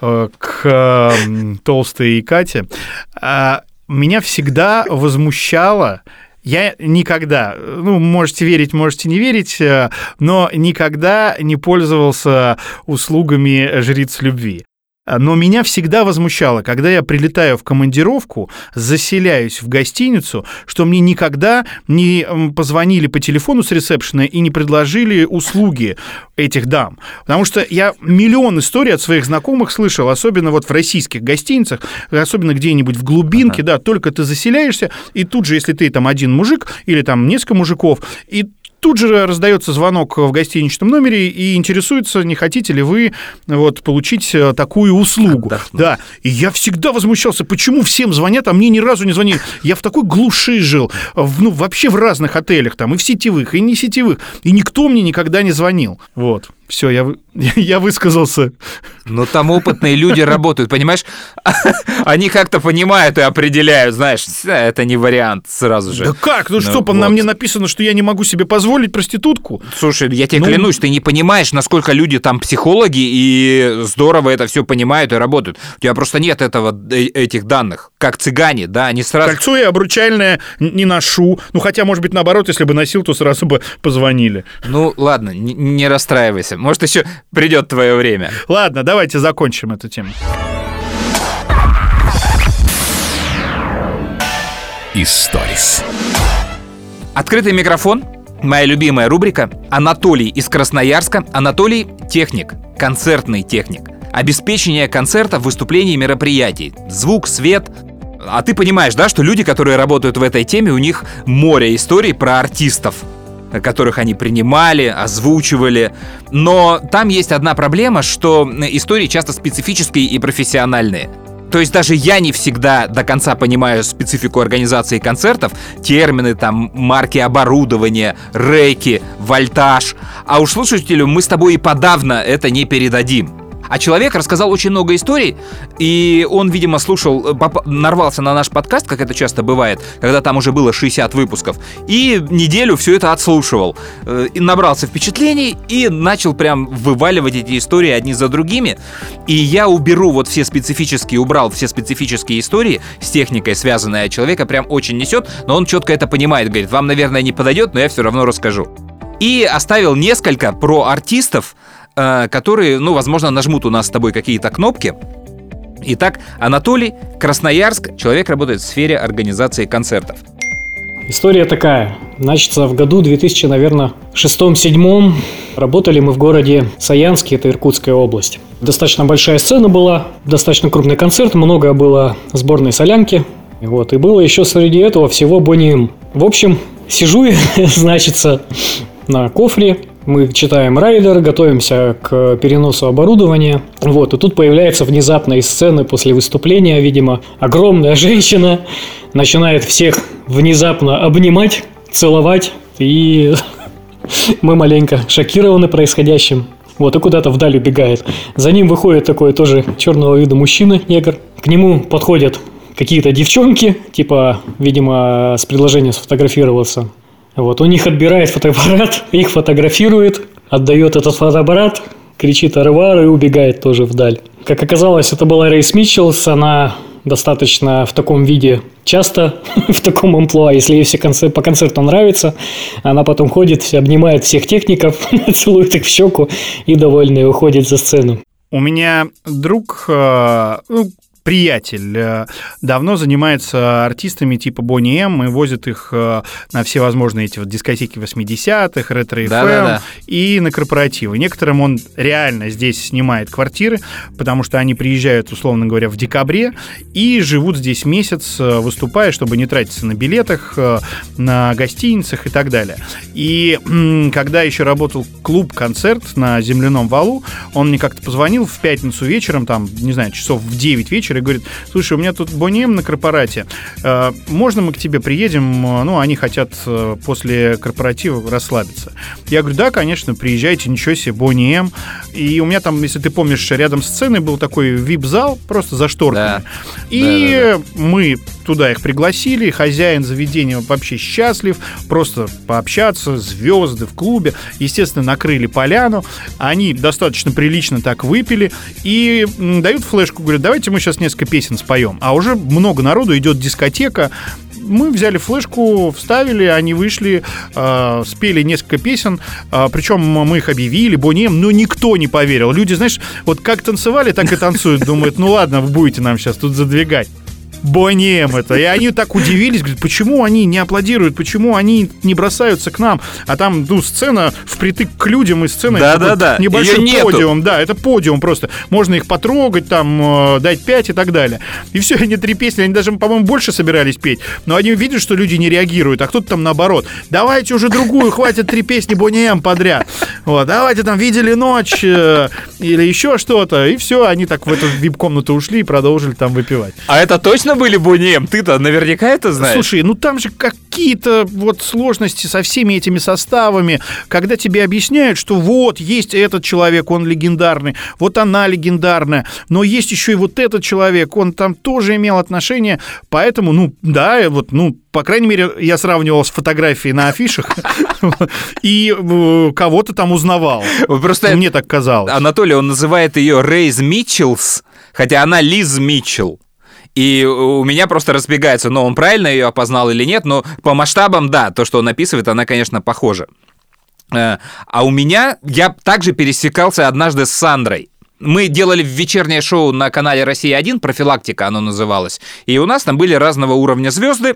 к толстой и Кате, меня всегда возмущало. Я никогда, можете верить, можете не верить, но никогда не пользовался услугами жриц любви. Но меня всегда возмущало, когда я прилетаю в командировку, заселяюсь в гостиницу, что мне никогда не позвонили по телефону с ресепшена и не предложили услуги этих дам. Потому что я миллион историй от своих знакомых слышал, особенно вот в российских гостиницах, особенно где-нибудь в глубинке, только ты заселяешься, и тут же, если ты там один мужик или там несколько мужиков, и тут же раздается звонок в гостиничном номере и интересуется, не хотите ли вы получить такую услугу. Да, и я всегда возмущался, почему всем звонят, а мне ни разу не звонили. Я в такой глуши жил, вообще в разных отелях, там, и в сетевых, и не сетевых, и никто мне никогда не звонил. Все, я высказался. Но там опытные люди работают, понимаешь? Они как-то понимают и определяют, знаешь, это не вариант сразу же. Да как? На мне написано, что я не могу себе позволить проститутку. Слушай, я тебе клянусь, ты не понимаешь, насколько люди там психологи и здорово это все понимают и работают. У тебя просто нет этих данных. Как цыгане, да, они сразу... Кольцо я обручальное не ношу. Хотя, может быть, наоборот, если бы носил, то сразу бы позвонили. Ладно, не расстраивайся. Может, еще придет твое время. Ладно, давайте закончим эту тему. Историс. Открытый микрофон. Моя любимая рубрика. Анатолий из Красноярска. Анатолий — техник, концертный техник. Обеспечение концерта, выступлений, мероприятий. Звук, свет. А ты понимаешь, да, что люди, которые работают в этой теме, у них море историй про артистов, которых они принимали, озвучивали. Но там есть одна проблема, что истории часто специфические и профессиональные. То есть даже я не всегда до конца понимаю специфику организации концертов, термины, там, марки оборудования, реки, вольтаж. А уж слушателю мы с тобой и подавно это не передадим. А человек рассказал очень много историй, и он, видимо, слушал, нарвался на наш подкаст, как это часто бывает, когда там уже было 60 выпусков, и неделю все это отслушивал. И набрался впечатлений и начал прям вываливать эти истории одни за другими. И я убрал все специфические истории с техникой связанные, человека прям очень несет, но он четко это понимает, говорит, вам, наверное, не подойдет, но я все равно расскажу. И оставил несколько про артистов, которые, возможно, нажмут у нас с тобой какие-то кнопки. Итак, Анатолий, Красноярск, человек работает в сфере организации концертов. История такая. Значит, в году 2000, наверное, 6-7 работали мы в городе Саянске, это Иркутская область. Достаточно большая сцена была, достаточно крупный концерт, много было сборной солянки. И было еще среди этого всего Boney M. В общем, сижу я, значится, на кофре. Мы читаем райдер, готовимся к переносу оборудования. И тут появляется внезапно из сцены после выступления, видимо, огромная женщина начинает всех внезапно обнимать, целовать. И мы маленько шокированы происходящим. И куда-то вдаль убегает. За ним выходит такой тоже черного вида мужчина, негр. К нему подходят какие-то девчонки, видимо, с предложением сфотографироваться. У них отбирает фотоаппарат, их фотографирует, отдает этот фотоаппарат, кричит «Арвар» и убегает тоже вдаль. Как оказалось, это была Рейс Митчелс, она достаточно в таком виде часто, в таком амплуа, если ей по концерту нравится, она потом ходит, обнимает всех техников, целует их в щеку и довольная уходит за сцену. У меня друг... приятель давно занимается артистами типа Boney M и возит их на все возможные эти дискотеки 80-х, ретро-FM и на корпоративы. Некоторым он реально здесь снимает квартиры, потому что они приезжают, условно говоря, в декабре и живут здесь месяц, выступая, чтобы не тратиться на билетах, на гостиницах и так далее. И когда еще работал клуб-концерт на Земляном валу, он мне как-то позвонил в пятницу вечером, часов в 9 вечера, и говорит: слушай, у меня тут Boney M на корпорате, можно мы к тебе приедем? Они хотят после корпоратива расслабиться. Я говорю: да, конечно, приезжайте, ничего себе, Boney M. И у меня там, если ты помнишь, рядом с сценой был такой вип-зал, просто за шторками. Да. Мы туда их пригласили, хозяин заведения вообще счастлив, просто пообщаться, звезды в клубе. Естественно, накрыли поляну, они достаточно прилично так выпили и дают флешку, говорят: давайте мы сейчас несколько песен споем. А уже много народу, идет дискотека. Мы взяли флешку, вставили, они вышли, спели несколько песен, причем мы их объявили, Boney M, но никто не поверил. Люди, знаешь, как танцевали, так и танцуют. Думают: ну ладно, вы будете нам сейчас тут задвигать. Boney M это. И они так удивились, говорят: почему они не аплодируют, почему они не бросаются к нам? А там, сцена впритык к людям, и сцена небольшой подиум. Да, это подиум просто. Можно их потрогать, дать 5 и так далее. И все, они 3 песни, они даже, по-моему, больше собирались петь. Но они видят, что люди не реагируют, а кто-то там наоборот: давайте уже другую, хватит 3 песни Boney M подряд. Давайте там «Видели ночь» или еще что-то. И все, они так в эту вип-комнату ушли и продолжили там выпивать. А это точно были Boney M? Ты-то наверняка это знаешь. Слушай, там же какие-то сложности со всеми этими составами, когда тебе объясняют, что есть этот человек, он легендарный, она легендарная, но есть еще и этот человек, он там тоже имел отношение, поэтому, по крайней мере, я сравнивал с фотографией на афишах и кого-то там узнавал. Просто мне так казалось. Анатолий, он называет ее Рейс Митчелс, хотя она Лиз Митчелл. И у меня просто разбегается, но он правильно ее опознал или нет, но по масштабам, да, то, что он описывает, она, конечно, похожа. А у меня, я также пересекался однажды с Сандрой. Мы делали вечернее шоу на канале «Россия-1», «Профилактика» оно называлось, и у нас там были разного уровня звезды.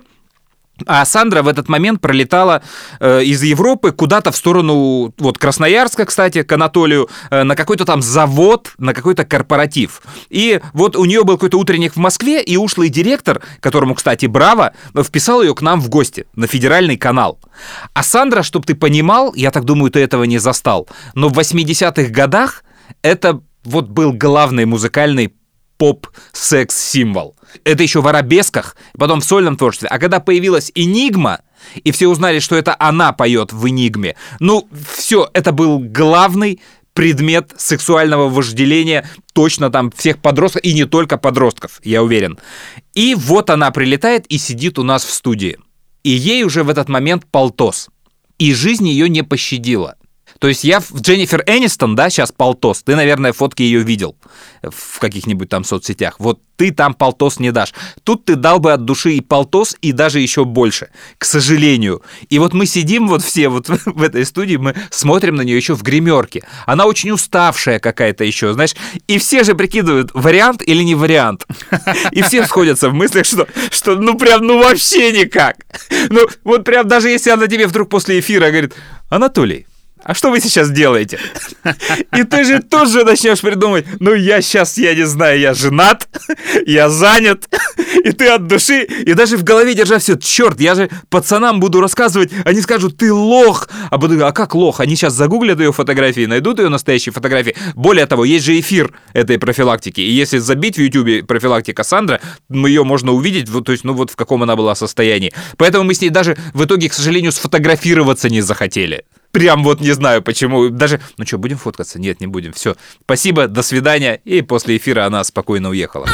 А Сандра в этот момент пролетала из Европы куда-то в сторону вот Красноярска, кстати, к Анатолию, на какой-то там завод, на какой-то корпоратив. И вот у нее был какой-то утренник в Москве, и ушлый директор, которому, кстати, браво, вписал ее к нам в гости на федеральный канал. А Сандра, чтобы ты понимал, я так думаю, ты этого не застал, но в 80-х годах это вот был главный музыкальный поп-секс-символ. Это еще в арабесках, потом в сольном творчестве. А когда появилась «Энигма», и все узнали, что это она поет в «Энигме», ну, все, это был главный предмет сексуального вожделения точно там всех подростков, и не только подростков, я уверен. И вот она прилетает и сидит у нас в студии. И ей уже в этот момент полтос. И жизнь ее не пощадила. То есть я в Дженнифер Энистон, да, сейчас полтос, ты, наверное, фотки ее видел в каких-нибудь там соцсетях. Вот ты там полтос не дашь. Тут ты дал бы от души и полтос, и даже еще больше, к сожалению. И вот мы сидим вот все вот в этой студии, мы смотрим на нее еще в гримерке. Она очень уставшая какая-то еще, знаешь, и все же прикидывают, вариант или не вариант. И все сходятся в мыслях, что ну прям, ну вообще никак. Ну вот прям даже если она тебе вдруг после эфира говорит: Анатолий, а что вы сейчас делаете? И ты же тут же начнешь придумать: ну я сейчас, я не знаю, я женат, я занят, и ты от души, и даже в голове держа все, черт, я же пацанам буду рассказывать, они скажут: ты лох, а буду говорить: а как лох? Они сейчас загуглят ее фотографии, найдут ее настоящие фотографии. Более того, есть же эфир этой профилактики, и если забить в Ютубе «Профилактика Сандра», ее можно увидеть, то есть, ну вот в каком она была состоянии. Поэтому мы с ней даже в итоге, к сожалению, сфотографироваться не захотели. Прям вот не знаю почему. Даже, ну что, будем фоткаться? Нет, не будем. Все, спасибо, до свидания. И после эфира она спокойно уехала.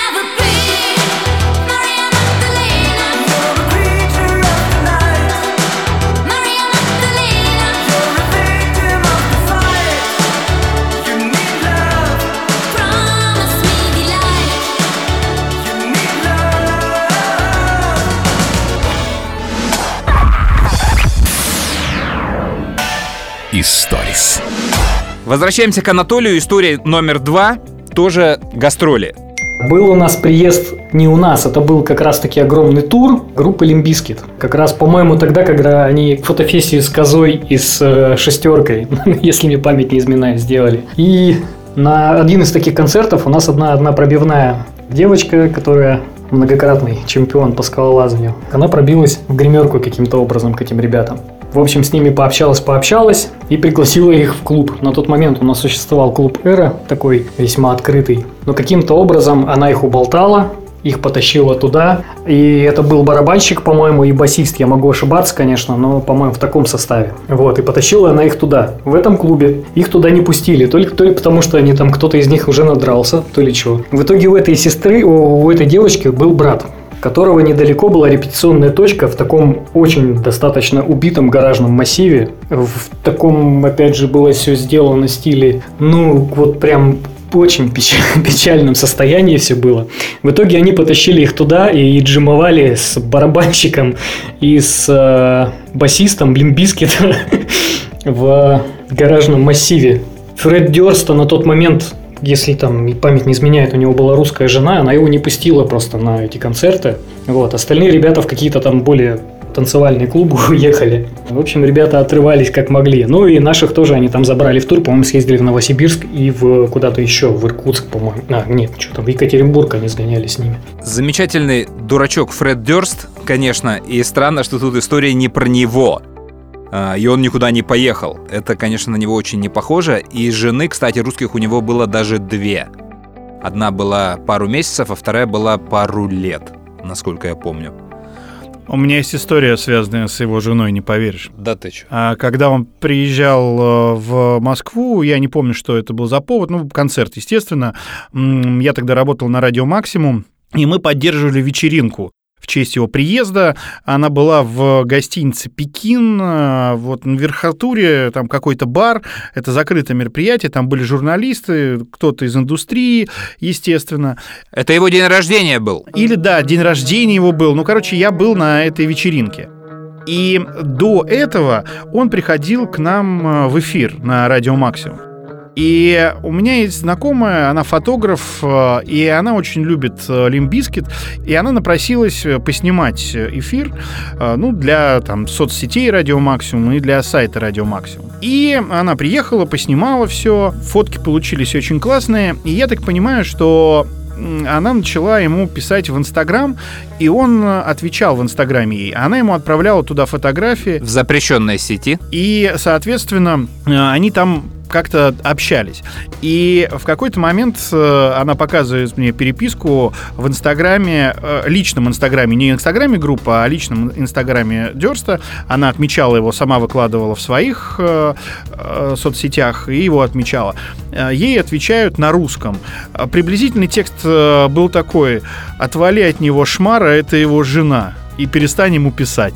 Историс. Возвращаемся к Анатолию. История номер 2. Тоже гастроли. Был у нас приезд не у нас, это был как раз-таки огромный тур группы Limp Bizkit. Как раз, по-моему, тогда, когда они фотосессию с козой и с шестеркой, если мне память не изменяет, сделали. И на один из таких концертов у нас одна пробивная девочка, которая многократный чемпион по скалолазанию, она пробилась в гримерку каким-то образом к этим ребятам. В общем, с ними пообщалась и пригласила их в клуб. На тот момент у нас существовал клуб «Эра», такой весьма открытый. Но каким-то образом она их уболтала, их потащила туда. И это был барабанщик, по-моему, и басист. Я могу ошибаться, конечно, но, по-моему, в таком составе. Вот, и потащила она их туда. В этом клубе их туда не пустили. То ли потому, что они там, кто-то из них уже надрался, то ли чего. В итоге у этой сестры, у этой девочки был брат, которого недалеко была репетиционная точка в таком очень достаточно убитом гаражном массиве. В таком, опять же, было все сделано в стиле, ну, вот прям очень печальном состоянии все было. В итоге они потащили их туда и джимовали с барабанщиком и с басистом Limp Bizkit в гаражном массиве. Фред Дёрста на тот момент, если там память не изменяет, у него была русская жена, она его не пустила просто на эти концерты. Вот. Остальные ребята в какие-то там более танцевальные клубы уехали. В общем, ребята отрывались как могли. Ну и наших тоже они там забрали в тур. По-моему, съездили в Новосибирск и в куда-то еще, в Иркутск, по-моему. Нет, что там, в Екатеринбург они сгоняли с ними. Замечательный дурачок Фред Дёрст, конечно, и странно, что тут история не про него. И он никуда не поехал. Это, конечно, на него очень не похоже. И жены, кстати, русских у него было даже 2. Одна была пару месяцев, а вторая была пару лет, насколько я помню. У меня есть история, связанная с его женой, не поверишь. Да ты чё? Когда он приезжал в Москву, я не помню, что это был за повод, ну, концерт, естественно. Я тогда работал на радио «Максимум», и мы поддерживали вечеринку в честь его приезда. Она была в гостинице «Пекин», вот на верхотуре, там какой-то бар, это закрытое мероприятие, там были журналисты, кто-то из индустрии, естественно. Это его день рождения был? Или, да, день рождения его был. Ну, короче, я был на этой вечеринке. И до этого он приходил к нам в эфир на Радио Максимум. И у меня есть знакомая, она фотограф, и она очень любит Limp Bizkit, и она напросилась поснимать эфир, для соцсетей Радио Максимум и для сайта Радио Максимум. И она приехала, поснимала все, фотки получились очень классные, и я так понимаю, что она начала ему писать в Инстаграм, и он отвечал в Инстаграме ей. Она ему отправляла туда фотографии. В запрещенной сети. И, соответственно, они там как-то общались. И в какой-то момент она показывает мне переписку в Инстаграме, личном Инстаграме, не Инстаграме группы, а личном Инстаграме Дёрста. Она отмечала его, сама выкладывала в своих соцсетях и его отмечала. Ей отвечают на русском. Приблизительный текст был такой: «Отвали от него, шмара, это его жена, и перестань ему писать».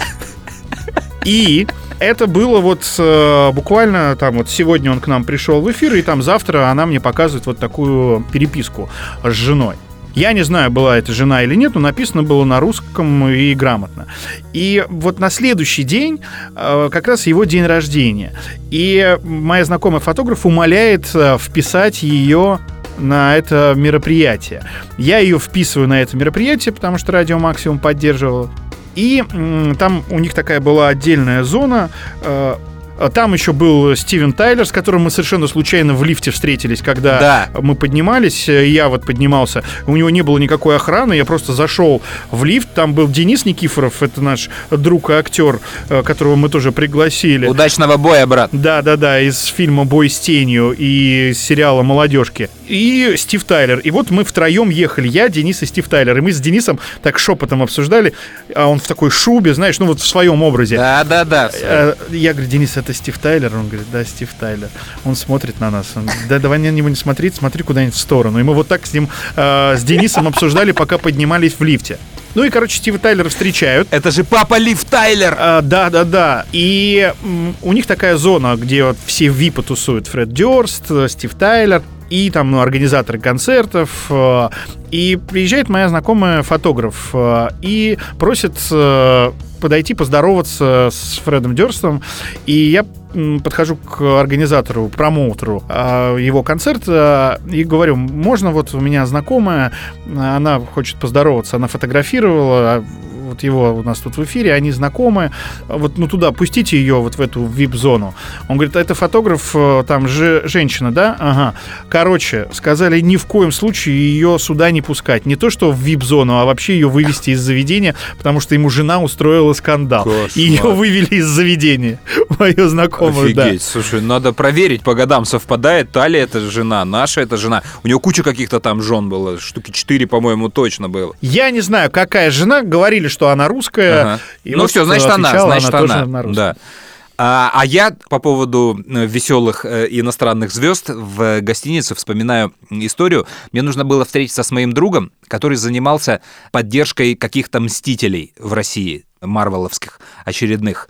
И это было буквально сегодня он к нам пришел в эфир, и завтра она мне показывает вот такую переписку с женой. Я не знаю, была это жена или нет, но написано было на русском и грамотно. И вот на следующий день как раз его день рождения. И моя знакомая фотограф умоляет вписать ее на это мероприятие. Я ее вписываю на это мероприятие, потому что Радио Максимум поддерживал. И там у них такая была отдельная зона. Там еще был Стивен Тайлер, с которым мы совершенно случайно в лифте встретились, когда мы поднимались. Я поднимался. У него не было никакой охраны. Я просто зашел в лифт. Там был Денис Никифоров, это наш друг и актер, которого мы тоже пригласили. Удачного боя, брат. Да, из фильма «Бой с тенью» и сериала «Молодежки». И Стив Тайлер. И вот мы втроем ехали. Я, Денис и Стив Тайлер. И мы с Денисом так шепотом обсуждали. А он в такой шубе, знаешь, в своем образе. Да. Я говорю: Денис, это Стив Тайлер? Он говорит: да, Стив Тайлер. Он смотрит на нас. Он говорит: да, давай на него не смотреть, смотри куда-нибудь в сторону. И мы вот так с ним, с Денисом обсуждали, пока поднимались в лифте. Ну и, Стива Тайлера встречают. Это же папа Лив Тайлер! Да. И у них такая зона, где все випы тусуют. Фред Дёрст, Стив Тайлер и там организаторы концертов. И приезжает моя знакомая фотограф и просит подойти поздороваться с Фредом Дёрстом. И я подхожу к организатору, промоутеру его концерта и говорю: можно, у меня знакомая, она хочет поздороваться, она фотографировала его у нас тут в эфире, они знакомы, туда пустите ее в эту вип-зону. Он говорит: это фотограф, там же женщина, да? Ага. Короче, сказали ни в коем случае ее сюда не пускать. Не то, что в вип-зону, а вообще ее вывести из заведения, потому что ему жена устроила скандал. Кошмар. И ее вывели из заведения. Мою знакомую, офигеть, слушай, надо проверить по годам, совпадает, Таля это жена, наша это жена. У нее куча каких-то там жен было, штуки 4, по-моему, точно было. Я не знаю, какая жена, говорили, что она русская. Ага. И все, значит она. Тоже на русском. Да. А я по поводу веселых иностранных звезд в гостинице вспоминаю историю. Мне нужно было встретиться с моим другом, который занимался поддержкой каких-то мстителей в России, марвеловских очередных.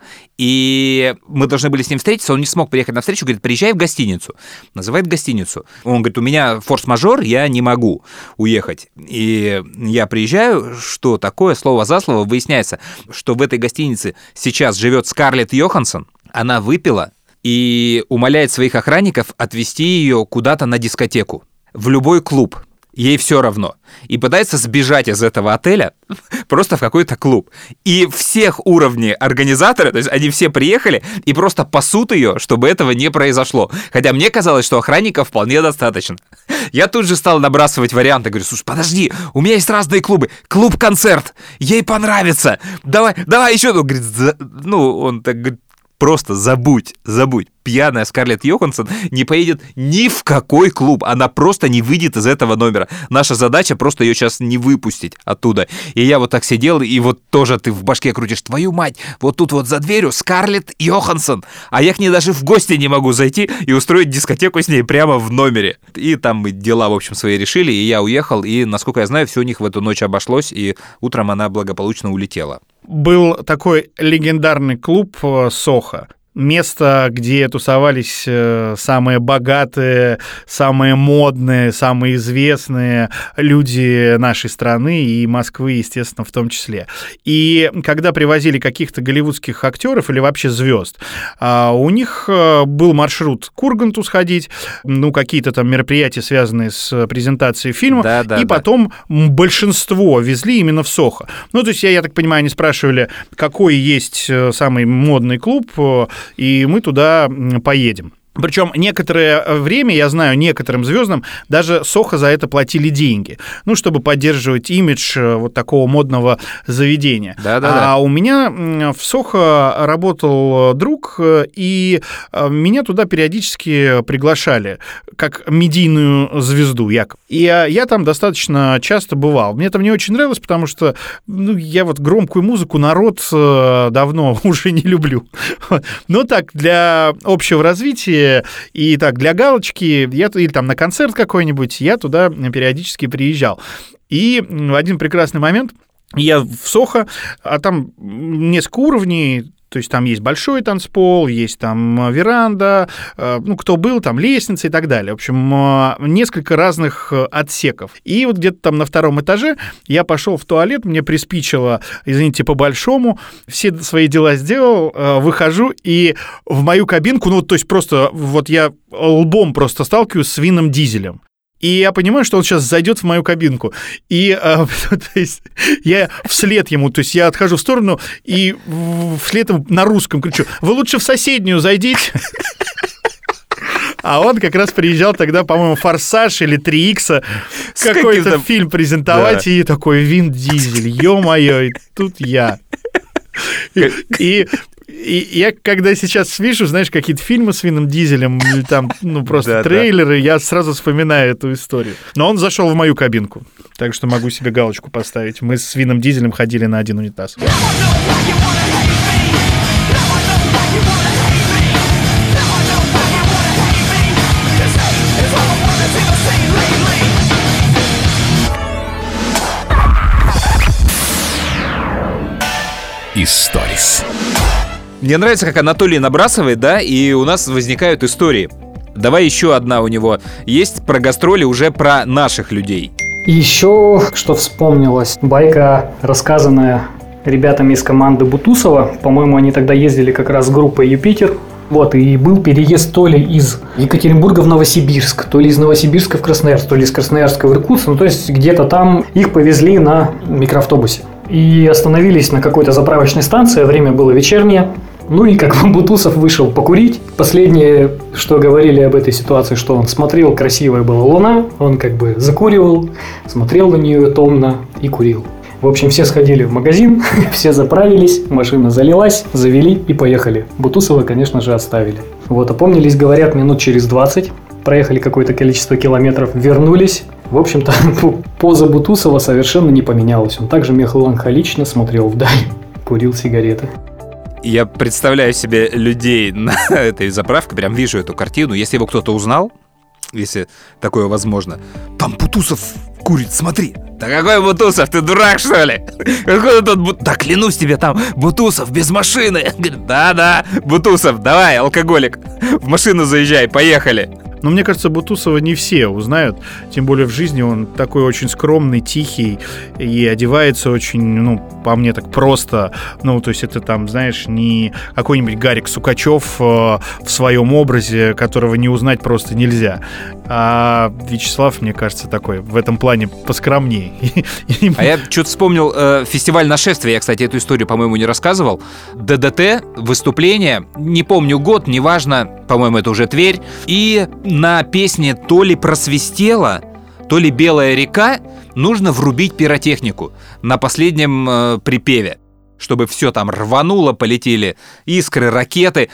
И мы должны были с ним встретиться, он не смог приехать на встречу, говорит: приезжай в гостиницу. Называет гостиницу. Он говорит: у меня форс-мажор, я не могу уехать. И я приезжаю, что такое, слово за слово, выясняется, что в этой гостинице сейчас живет Скарлетт Йоханссон. Она выпила и умоляет своих охранников отвезти ее куда-то на дискотеку, в любой клуб. Ей все равно. И пытается сбежать из этого отеля просто в какой-то клуб. И всех уровней организаторы, то есть они все приехали и просто пасут ее, чтобы этого не произошло. Хотя мне казалось, что охранников вполне достаточно. Я тут же стал набрасывать варианты. Говорю: слушай, подожди, у меня есть разные клубы. Клуб-концерт, ей понравится. Давай еще. Он говорит: он так говорит: просто забудь. Пьяная Скарлетт Йоханссон не поедет ни в какой клуб. Она просто не выйдет из этого номера. Наша задача просто ее сейчас не выпустить оттуда. И я так сидел, и тоже ты в башке крутишь: твою мать, тут за дверью Скарлетт Йоханссон. А я к ней даже в гости не могу зайти и устроить дискотеку с ней прямо в номере. И там мы дела, в общем, свои решили, и я уехал. И, насколько я знаю, все у них в эту ночь обошлось, и утром она благополучно улетела. Был такой легендарный клуб «Сохо». место, где тусовались самые богатые, самые модные, самые известные люди нашей страны и Москвы, естественно, в том числе. И когда привозили каких-то голливудских актеров или вообще звезд, у них был маршрут к Урганту сходить, какие-то там мероприятия, связанные с презентацией фильма, потом большинство везли именно в Сохо. То есть, я так понимаю, они спрашивали, какой есть самый модный клуб, и мы туда поедем. Причем некоторое время, я знаю, некоторым звездам даже Сохо за это платили деньги, чтобы поддерживать имидж вот такого модного заведения. А у меня в Сохо работал друг, и меня туда периодически приглашали как медийную звезду, якобы. И я там достаточно часто бывал. Мне там не очень нравилось, потому что я вот громкую музыку, народ давно уже не люблю. Но так, для общего развития и так, для галочки, или там на концерт какой-нибудь, я туда периодически приезжал. И в один прекрасный момент я в Сохо, а там несколько уровней, то есть там есть большой танцпол, есть там веранда, кто был, там лестница и так далее. В общем, несколько разных отсеков. И вот где-то там на втором этаже я пошел в туалет, мне приспичило, извините, по-большому, все свои дела сделал, выхожу, и в мою кабинку, то есть просто вот я лбом просто сталкиваюсь с Вином Дизелем. И я понимаю, что он сейчас зайдет в мою кабинку. И то есть, я вслед ему, то есть я отхожу в сторону и вслед ему на русском кричу: вы лучше в соседнюю зайдите. А он как раз приезжал тогда, по-моему, «Форсаж» или «3Х», какой-то фильм презентовать, и такой: Вин Дизель, ё-моё, и тут я. И я, когда сейчас вижу, знаешь, какие-то фильмы с Вином Дизелем, или там, просто трейлеры, я сразу вспоминаю эту историю. Но он зашел в мою кабинку, так что могу себе галочку поставить. Мы с Вином Дизелем ходили на один унитаз. Историс. Мне нравится, как Анатолий набрасывает, и у нас возникают истории. Давай еще одна у него есть про гастроли уже про наших людей. Еще что вспомнилось, байка, рассказанная ребятами из команды Бутусова. По-моему, они тогда ездили как раз с группой «Юпитер». И был переезд то ли из Екатеринбурга в Новосибирск, то ли из Новосибирска в Красноярск, то ли из Красноярска в Иркутск. То есть где-то там их повезли на микроавтобусе. И остановились на какой-то заправочной станции, время было вечернее. И Бутусов вышел покурить. Последнее, что говорили об этой ситуации, что он смотрел, красивая была луна, он закуривал, смотрел на нее томно и курил. В общем, все сходили в магазин, все заправились, машина залилась, завели и поехали. Бутусова, конечно же, оставили. Опомнились, говорят, минут через 20, проехали какое-то количество километров, вернулись. В общем-то, поза Бутусова совершенно не поменялась. Он также меланхолично смотрел вдаль, курил сигареты. Я представляю себе людей на этой заправке, прям вижу эту картину. Если его кто-то узнал, если такое возможно, там Бутусов курит, смотри. Да какой Бутусов, ты дурак, что ли? Какой тут Да клянусь тебе, там Бутусов без машины. Да, Бутусов, давай, алкоголик, в машину заезжай, поехали. Но мне кажется, Бутусова не все узнают, тем более в жизни он такой очень скромный, тихий и одевается очень, по мне так просто, то есть это там, знаешь, не какой-нибудь Гарик Сукачев в своем образе, которого не узнать просто нельзя, а Вячеслав, мне кажется, такой в этом плане поскромнее. А я что-то вспомнил фестиваль «Нашествие», я, кстати, эту историю, по-моему, не рассказывал. ДДТ, выступление, не помню год, неважно, по-моему, это уже Тверь, и на песне то ли «Просвистела», то ли «Белая река» нужно врубить пиротехнику на последнем припеве, чтобы все там рвануло, полетели искры, ракеты.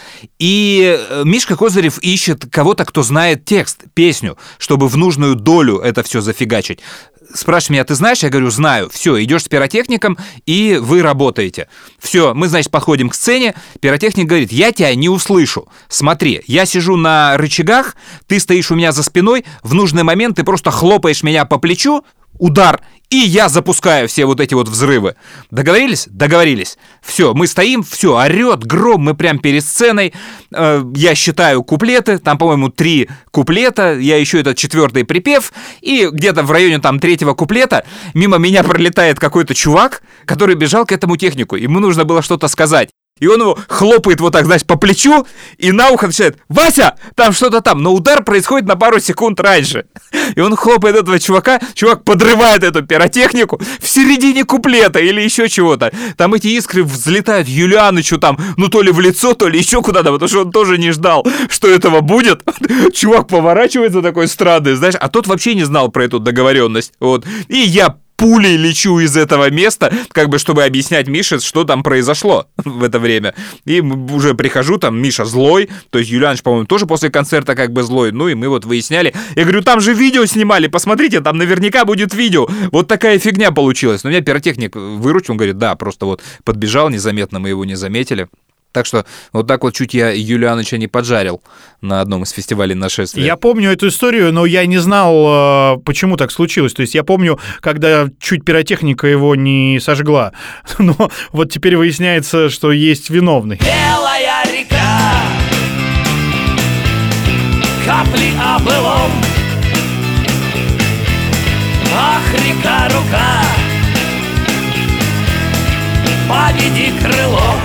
И Мишка Козырев ищет кого-то, кто знает текст, песню, чтобы в нужную долю это все зафигачить. Спрашивает меня: ты знаешь? Я говорю: знаю. Все, идешь с пиротехником, и вы работаете. Все, мы, значит, подходим к сцене. Пиротехник говорит: я тебя не услышу. Смотри, я сижу на рычагах, ты стоишь у меня за спиной, в нужный момент ты просто хлопаешь меня по плечу, удар, и я запускаю все вот эти вот взрывы. Договорились? Договорились. Все, мы стоим, все, орет гром, мы прям перед сценой. Я считаю куплеты, там, по-моему, 3 куплета, я ищу этот 4-й припев, и где-то в районе там 3-го куплета мимо меня пролетает какой-то чувак, который бежал к этому технику, ему нужно было что-то сказать. И он его хлопает вот так, знаешь, по плечу, и на ухо начинает: «Вася, там что-то там!» Но удар происходит на пару секунд раньше. И он хлопает этого чувака, чувак подрывает эту пиротехнику в середине куплета или еще чего-то. Там эти искры взлетают Юлианычу там, ну то ли в лицо, то ли еще куда-то, потому что он тоже не ждал, что этого будет. Чувак поворачивается такой странный, знаешь, а тот вообще не знал про эту договоренность. Вот. И я пулей лечу из этого места, как бы, чтобы объяснять Мише, что там произошло в это время. И уже прихожу, там Миша злой, то есть Юлианыч, по-моему, тоже после концерта как бы злой, ну и мы вот выясняли. Я говорю, там же видео снимали, посмотрите, там наверняка будет видео. Вот такая фигня получилась. Но меня пиротехник выручил, он говорит, да, просто вот подбежал незаметно, мы его не заметили. Так что вот так вот чуть я Юлианыча не поджарил на одном из фестивалей нашествия. Я помню эту историю, но я не знал, почему так случилось. То есть я помню, когда чуть пиротехника его не сожгла. Но вот теперь выясняется, что есть виновный. Белая река, капли о былом. Ах, река-рука, поведи крылом.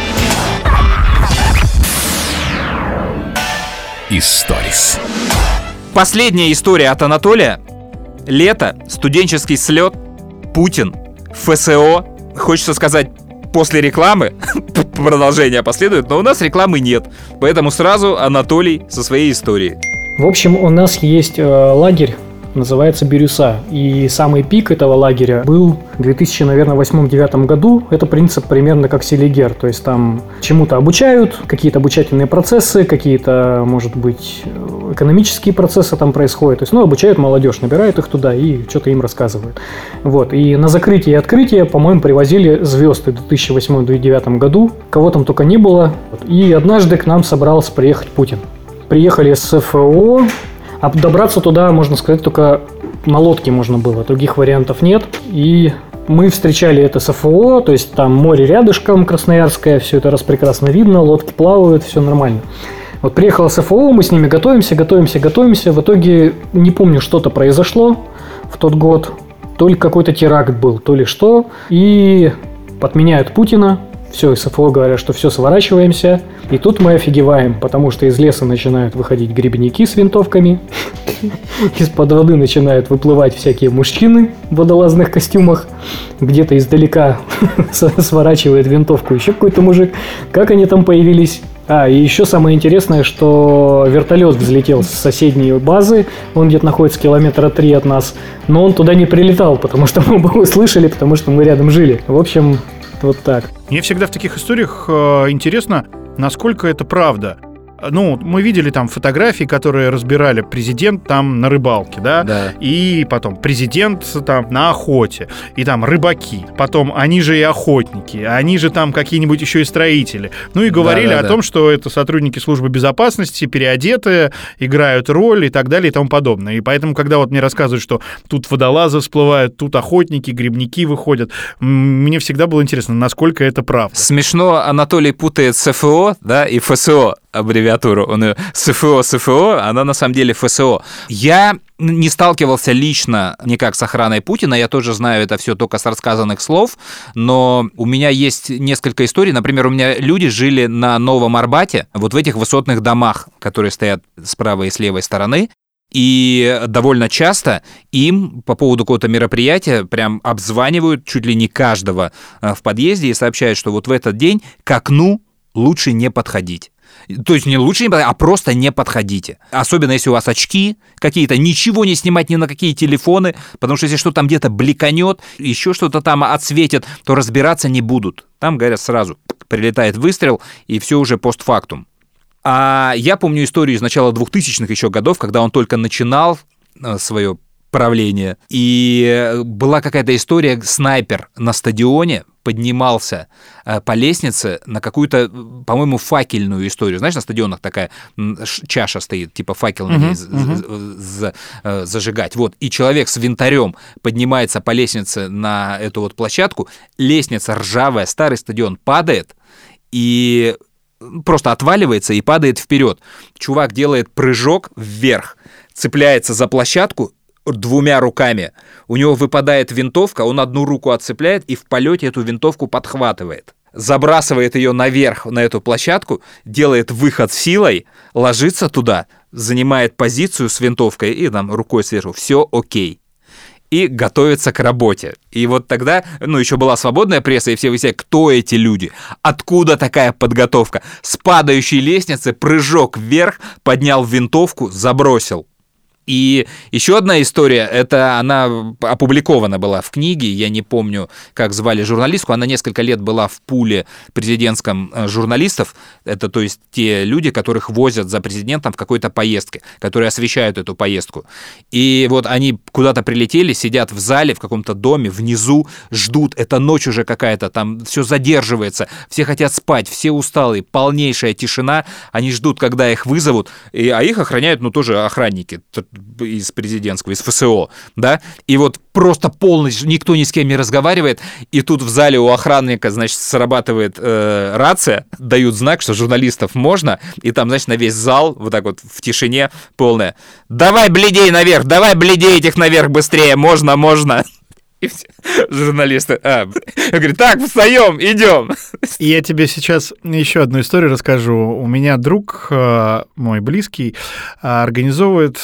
Историс. Последняя история от Анатолия. Лето, студенческий слет, Путин, ФСО. Хочется сказать, после рекламы продолжение последует, но у нас рекламы нет. Поэтому сразу Анатолий со своей историей. В общем, у нас есть лагерь, называется Бирюса. И самый пик этого лагеря был в 2008-2009 году. Это принцип примерно как Селигер. То есть там чему-то обучают, какие-то обучательные процессы, какие-то, может быть, экономические процессы там происходят. То есть, обучают молодежь, набирают их туда и что-то им рассказывают. Вот. И на закрытие и открытие, по-моему, привозили звезды в 2008-2009 году. Кого там только не было. И однажды к нам собрался приехать Путин. Приехали с ФО. А добраться туда, можно сказать, только на лодке можно было, других вариантов нет. И мы встречали это с ФО, то есть там море рядышком, Красноярское, все это раз прекрасно видно, лодки плавают, все нормально. Вот приехал с ФО, мы с ними готовимся. В итоге, не помню, что-то произошло в тот год. То ли какой-то теракт был, то ли что. И подменяют Путина. Все, из ФО говорят, что все, сворачиваемся. И тут мы офигеваем, потому что из леса начинают выходить грибники с винтовками. Из-под воды начинают выплывать всякие мужчины в водолазных костюмах. Где-то издалека сворачивает винтовку еще какой-то мужик. Как они там появились? И еще самое интересное, что вертолет взлетел с соседней базы. Он где-то находится километра 3 от нас. Но он туда не прилетал, потому что мы бы услышали, потому что мы рядом жили. В общем, вот так. Мне всегда в таких историях интересно, насколько это правда. Мы видели там фотографии, которые разбирали президент там на рыбалке, да? И потом президент там на охоте, и там рыбаки, потом они же и охотники, они же там какие-нибудь еще и строители. И говорили о том, что это сотрудники службы безопасности, переодетые, играют роль и так далее и тому подобное. И поэтому, когда вот мне рассказывают, что тут водолазы всплывают, тут охотники, грибники выходят, мне всегда было интересно, насколько это правда. Смешно Анатолий путает СФО, да, и ФСО. Аббревиатуру. Он СФО, она на самом деле ФСО. Я не сталкивался лично никак с охраной Путина, я тоже знаю это все только с рассказанных слов, но у меня есть несколько историй. Например, у меня люди жили на Новом Арбате, вот в этих высотных домах, которые стоят с правой и с левой стороны, и довольно часто им по поводу какого-то мероприятия прям обзванивают чуть ли не каждого в подъезде и сообщают, что вот в этот день к окну лучше не подходить. То есть не лучше не подходить, а просто не подходите. Особенно если у вас очки какие-то, ничего не снимать ни на какие телефоны, потому что если что-то там где-то бликанет, еще что-то там отсветит, то разбираться не будут. Там, говорят, сразу прилетает выстрел, и все уже постфактум. А я помню историю из начала 2000-х еще годов, когда он только начинал свое правления. И была какая-то история, снайпер на стадионе поднимался по лестнице на какую-то, по-моему, факельную историю. Знаешь, на стадионах такая чаша стоит, типа факел на ней зажигать. Вот. И человек с винтарем поднимается по лестнице на эту вот площадку, лестница ржавая, старый стадион, падает и просто отваливается и падает вперед. Чувак делает прыжок вверх, цепляется за площадку двумя руками. У него выпадает винтовка, он одну руку отцепляет и в полете эту винтовку подхватывает. Забрасывает ее наверх, на эту площадку, делает выход силой, ложится туда, занимает позицию с винтовкой и там рукой сверху. Все окей. И готовится к работе. И вот тогда, еще была свободная пресса, и все выясняли, кто эти люди, откуда такая подготовка. С падающей лестницы прыжок вверх, поднял винтовку, забросил. И еще одна история, это она опубликована была в книге, я не помню, как звали журналистку, она несколько лет была в пуле президентском журналистов, это то есть те люди, которых возят за президентом в какой-то поездке, которые освещают эту поездку. И вот они куда-то прилетели, сидят в зале, в каком-то доме, внизу, ждут, это ночь уже какая-то, там все задерживается, все хотят спать, все усталые, полнейшая тишина, они ждут, когда их вызовут, а их охраняют, тоже охранники, из президентского, из ФСО, да, и вот просто полностью никто ни с кем не разговаривает, и тут в зале у охранника, значит, срабатывает рация, дают знак, что журналистов можно, и там, значит, на весь зал, вот так вот в тишине полная, давай бледей наверх, давай бледей этих наверх быстрее, можно. И все журналисты говорят, так, встаем, идем. Я тебе сейчас еще одну историю расскажу. У меня друг, мой близкий, организовывает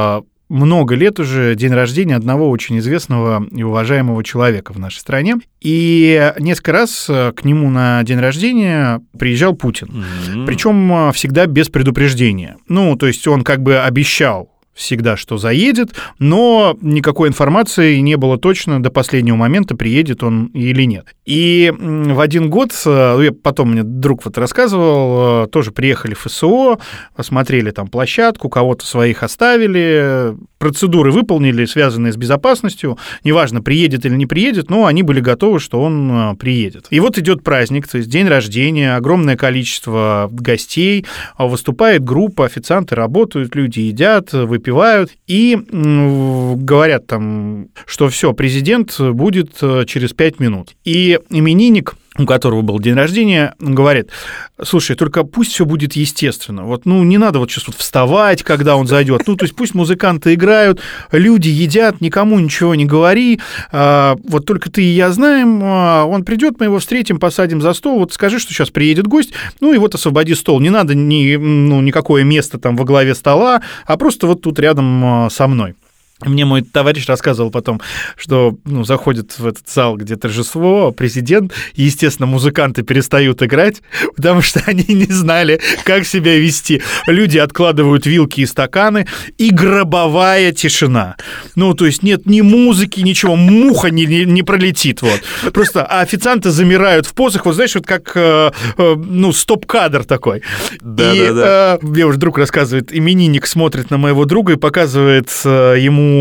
много лет уже день рождения одного очень известного и уважаемого человека в нашей стране. И несколько раз к нему на день рождения приезжал Путин. Причем всегда без предупреждения. То есть он как бы обещал всегда, что заедет, но никакой информации не было точно до последнего момента, приедет он или нет. И в один год, потом мне друг вот рассказывал, тоже приехали в ФСО, осмотрели там площадку, кого-то своих оставили, процедуры выполнили, связанные с безопасностью, неважно, приедет или не приедет, но они были готовы, что он приедет. И вот идет праздник, то есть день рождения, огромное количество гостей, выступает группа, официанты работают, люди едят, выпивают, и говорят там, что все, президент будет через 5 минут. И именинник, у которого был день рождения, говорит, слушай, только пусть все будет естественно. Вот, не надо вот сейчас вот вставать, когда он зайдет. То есть пусть музыканты играют, люди едят, никому ничего не говори. Вот только ты и я знаем, он придет, мы его встретим, посадим за стол. Вот скажи, что сейчас приедет гость, и вот освободи стол. Не надо никакое место там во главе стола, а просто вот тут рядом со мной. Мне мой товарищ рассказывал потом, что заходит в этот зал, где торжество, президент, и, естественно, музыканты перестают играть, потому что они не знали, как себя вести. Люди откладывают вилки и стаканы, и гробовая тишина. То есть нет ни музыки, ничего, муха не пролетит. Вот. Просто официанты замирают в позах, вот знаешь, вот как стоп-кадр такой. Да. Мне уже друг рассказывает, именинник смотрит на моего друга и показывает ему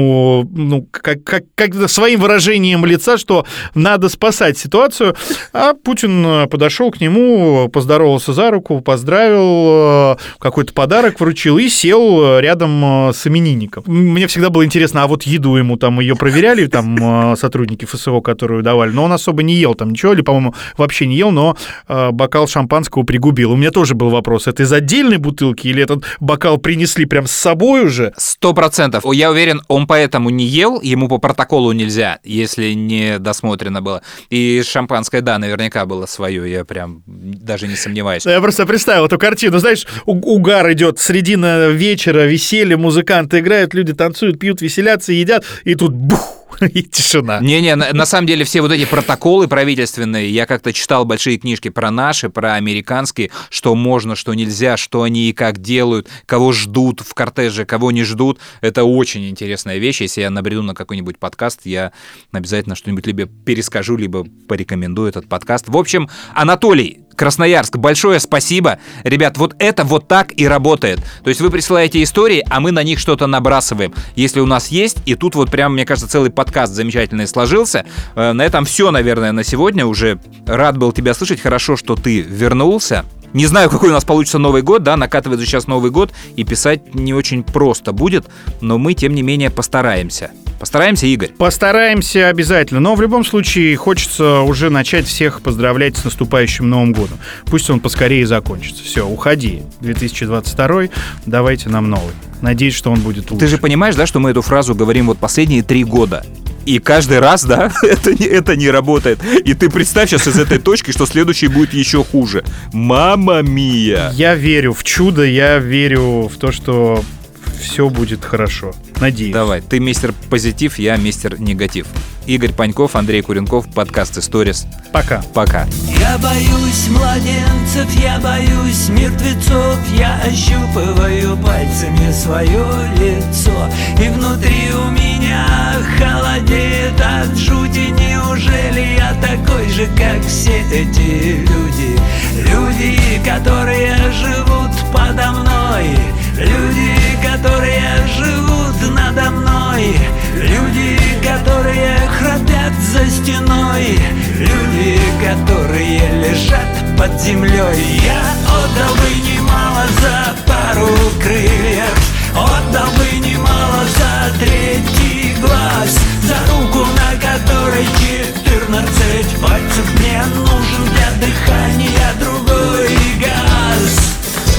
как своим выражением лица, что надо спасать ситуацию, а Путин подошел к нему, поздоровался за руку, поздравил, какой-то подарок вручил и сел рядом с именинником. Мне всегда было интересно, а вот еду ему там ее проверяли, там сотрудники ФСО, которую давали, но он особо не ел там ничего, или, по-моему, вообще не ел, но бокал шампанского пригубил. У меня тоже был вопрос, это из отдельной бутылки или этот бокал принесли прям с собой уже? 100%. Я уверен, он поэтому не ел, ему по протоколу нельзя, если не досмотрено было. И шампанское, да, наверняка было свое, я прям даже не сомневаюсь. Я просто представил эту картину, знаешь, угар идет, середина вечера, веселье, музыканты играют, люди танцуют, пьют, веселятся, едят, и тут бух! И тишина. Не-не, на самом деле все вот эти протоколы правительственные, я как-то читал большие книжки про наши, про американские, что можно, что нельзя, что они и как делают, кого ждут в кортеже, кого не ждут. Это очень интересная вещь. Если я набреду на какой-нибудь подкаст, я обязательно что-нибудь либо перескажу, либо порекомендую этот подкаст. В общем, Анатолий, Красноярск, большое спасибо. Ребят, вот это вот так и работает. То есть вы присылаете истории, а мы на них что-то набрасываем. Если у нас есть, и тут вот прям, мне кажется, целый подкаст замечательный сложился. На этом все, наверное, на сегодня уже. Рад был тебя слышать. Хорошо, что ты вернулся. Не знаю, какой у нас получится Новый год, да, накатывает же сейчас Новый год, и писать не очень просто будет, но мы, тем не менее, постараемся. Постараемся, Игорь? Постараемся обязательно, но в любом случае хочется уже начать всех поздравлять с наступающим Новым годом. Пусть он поскорее закончится. Все, уходи, 2022, давайте нам новый. Надеюсь, что он будет лучше. Ты же понимаешь, да, что мы эту фразу говорим вот последние 3 года? И каждый раз, да, это не работает. И ты представь сейчас из этой точки, что следующий будет еще хуже. Мамма мия! Я верю в чудо, я верю в то, что все будет хорошо. Надеюсь. Давай, ты мистер позитив, я мистер негатив. Игорь Паньков, Андрей Куренков, подкаст «Историс». Пока. Пока. Я боюсь младенцев, я боюсь мертвецов, я ощупываю пальцами свое лицо, и внутри у меня холодеет от жути. Неужели я такой же, как все эти люди? Люди, которые живут подо мной, люди, которые живут надо мной, люди, которые храпят за стеной, люди, которые лежат под землей. Я отдал бы немало за пару крыльев, отдал бы немало за 3-й глаз, за руку, на которой 14 пальцев. Мне нужен для дыхания другой газ.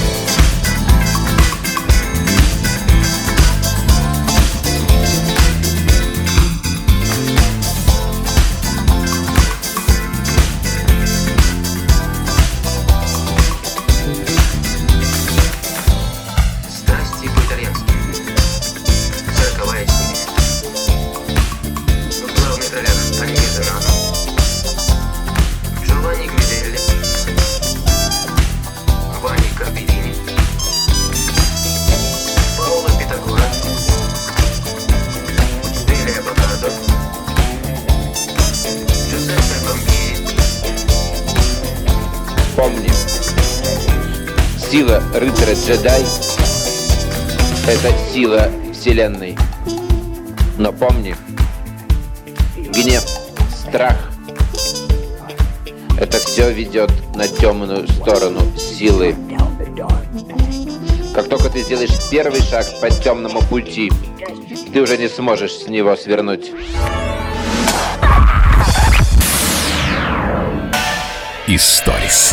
Помни, сила рыцаря-джедай — это сила вселенной. Но помни, гнев, страх — это все ведет на темную сторону силы. Как только ты сделаешь первый шаг по темному пути, ты уже не сможешь с него свернуть. Историс.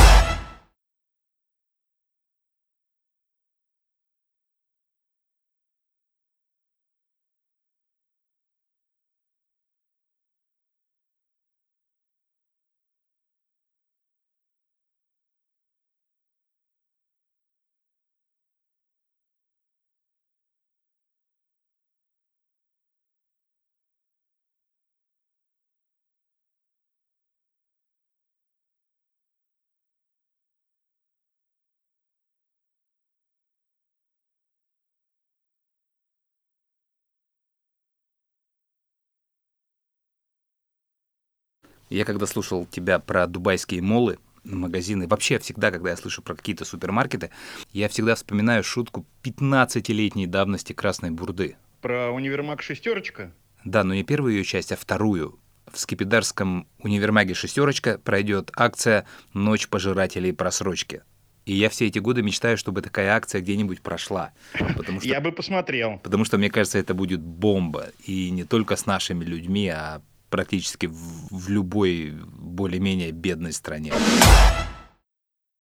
Я когда слушал тебя про дубайские моллы, магазины, вообще всегда, когда я слышу про какие-то супермаркеты, я всегда вспоминаю шутку 15-летней давности Красной Бурды. Про универмаг «Шестерочка»? Да, но не первую ее часть, а вторую. В Скипидарском универмаге «Шестерочка» пройдет акция «Ночь пожирателей просрочки». И я все эти годы мечтаю, чтобы такая акция где-нибудь прошла. Потому что, Я бы посмотрел. потому что, мне кажется, это будет бомба. И не только с нашими людьми, а практически в любой более-менее бедной стране.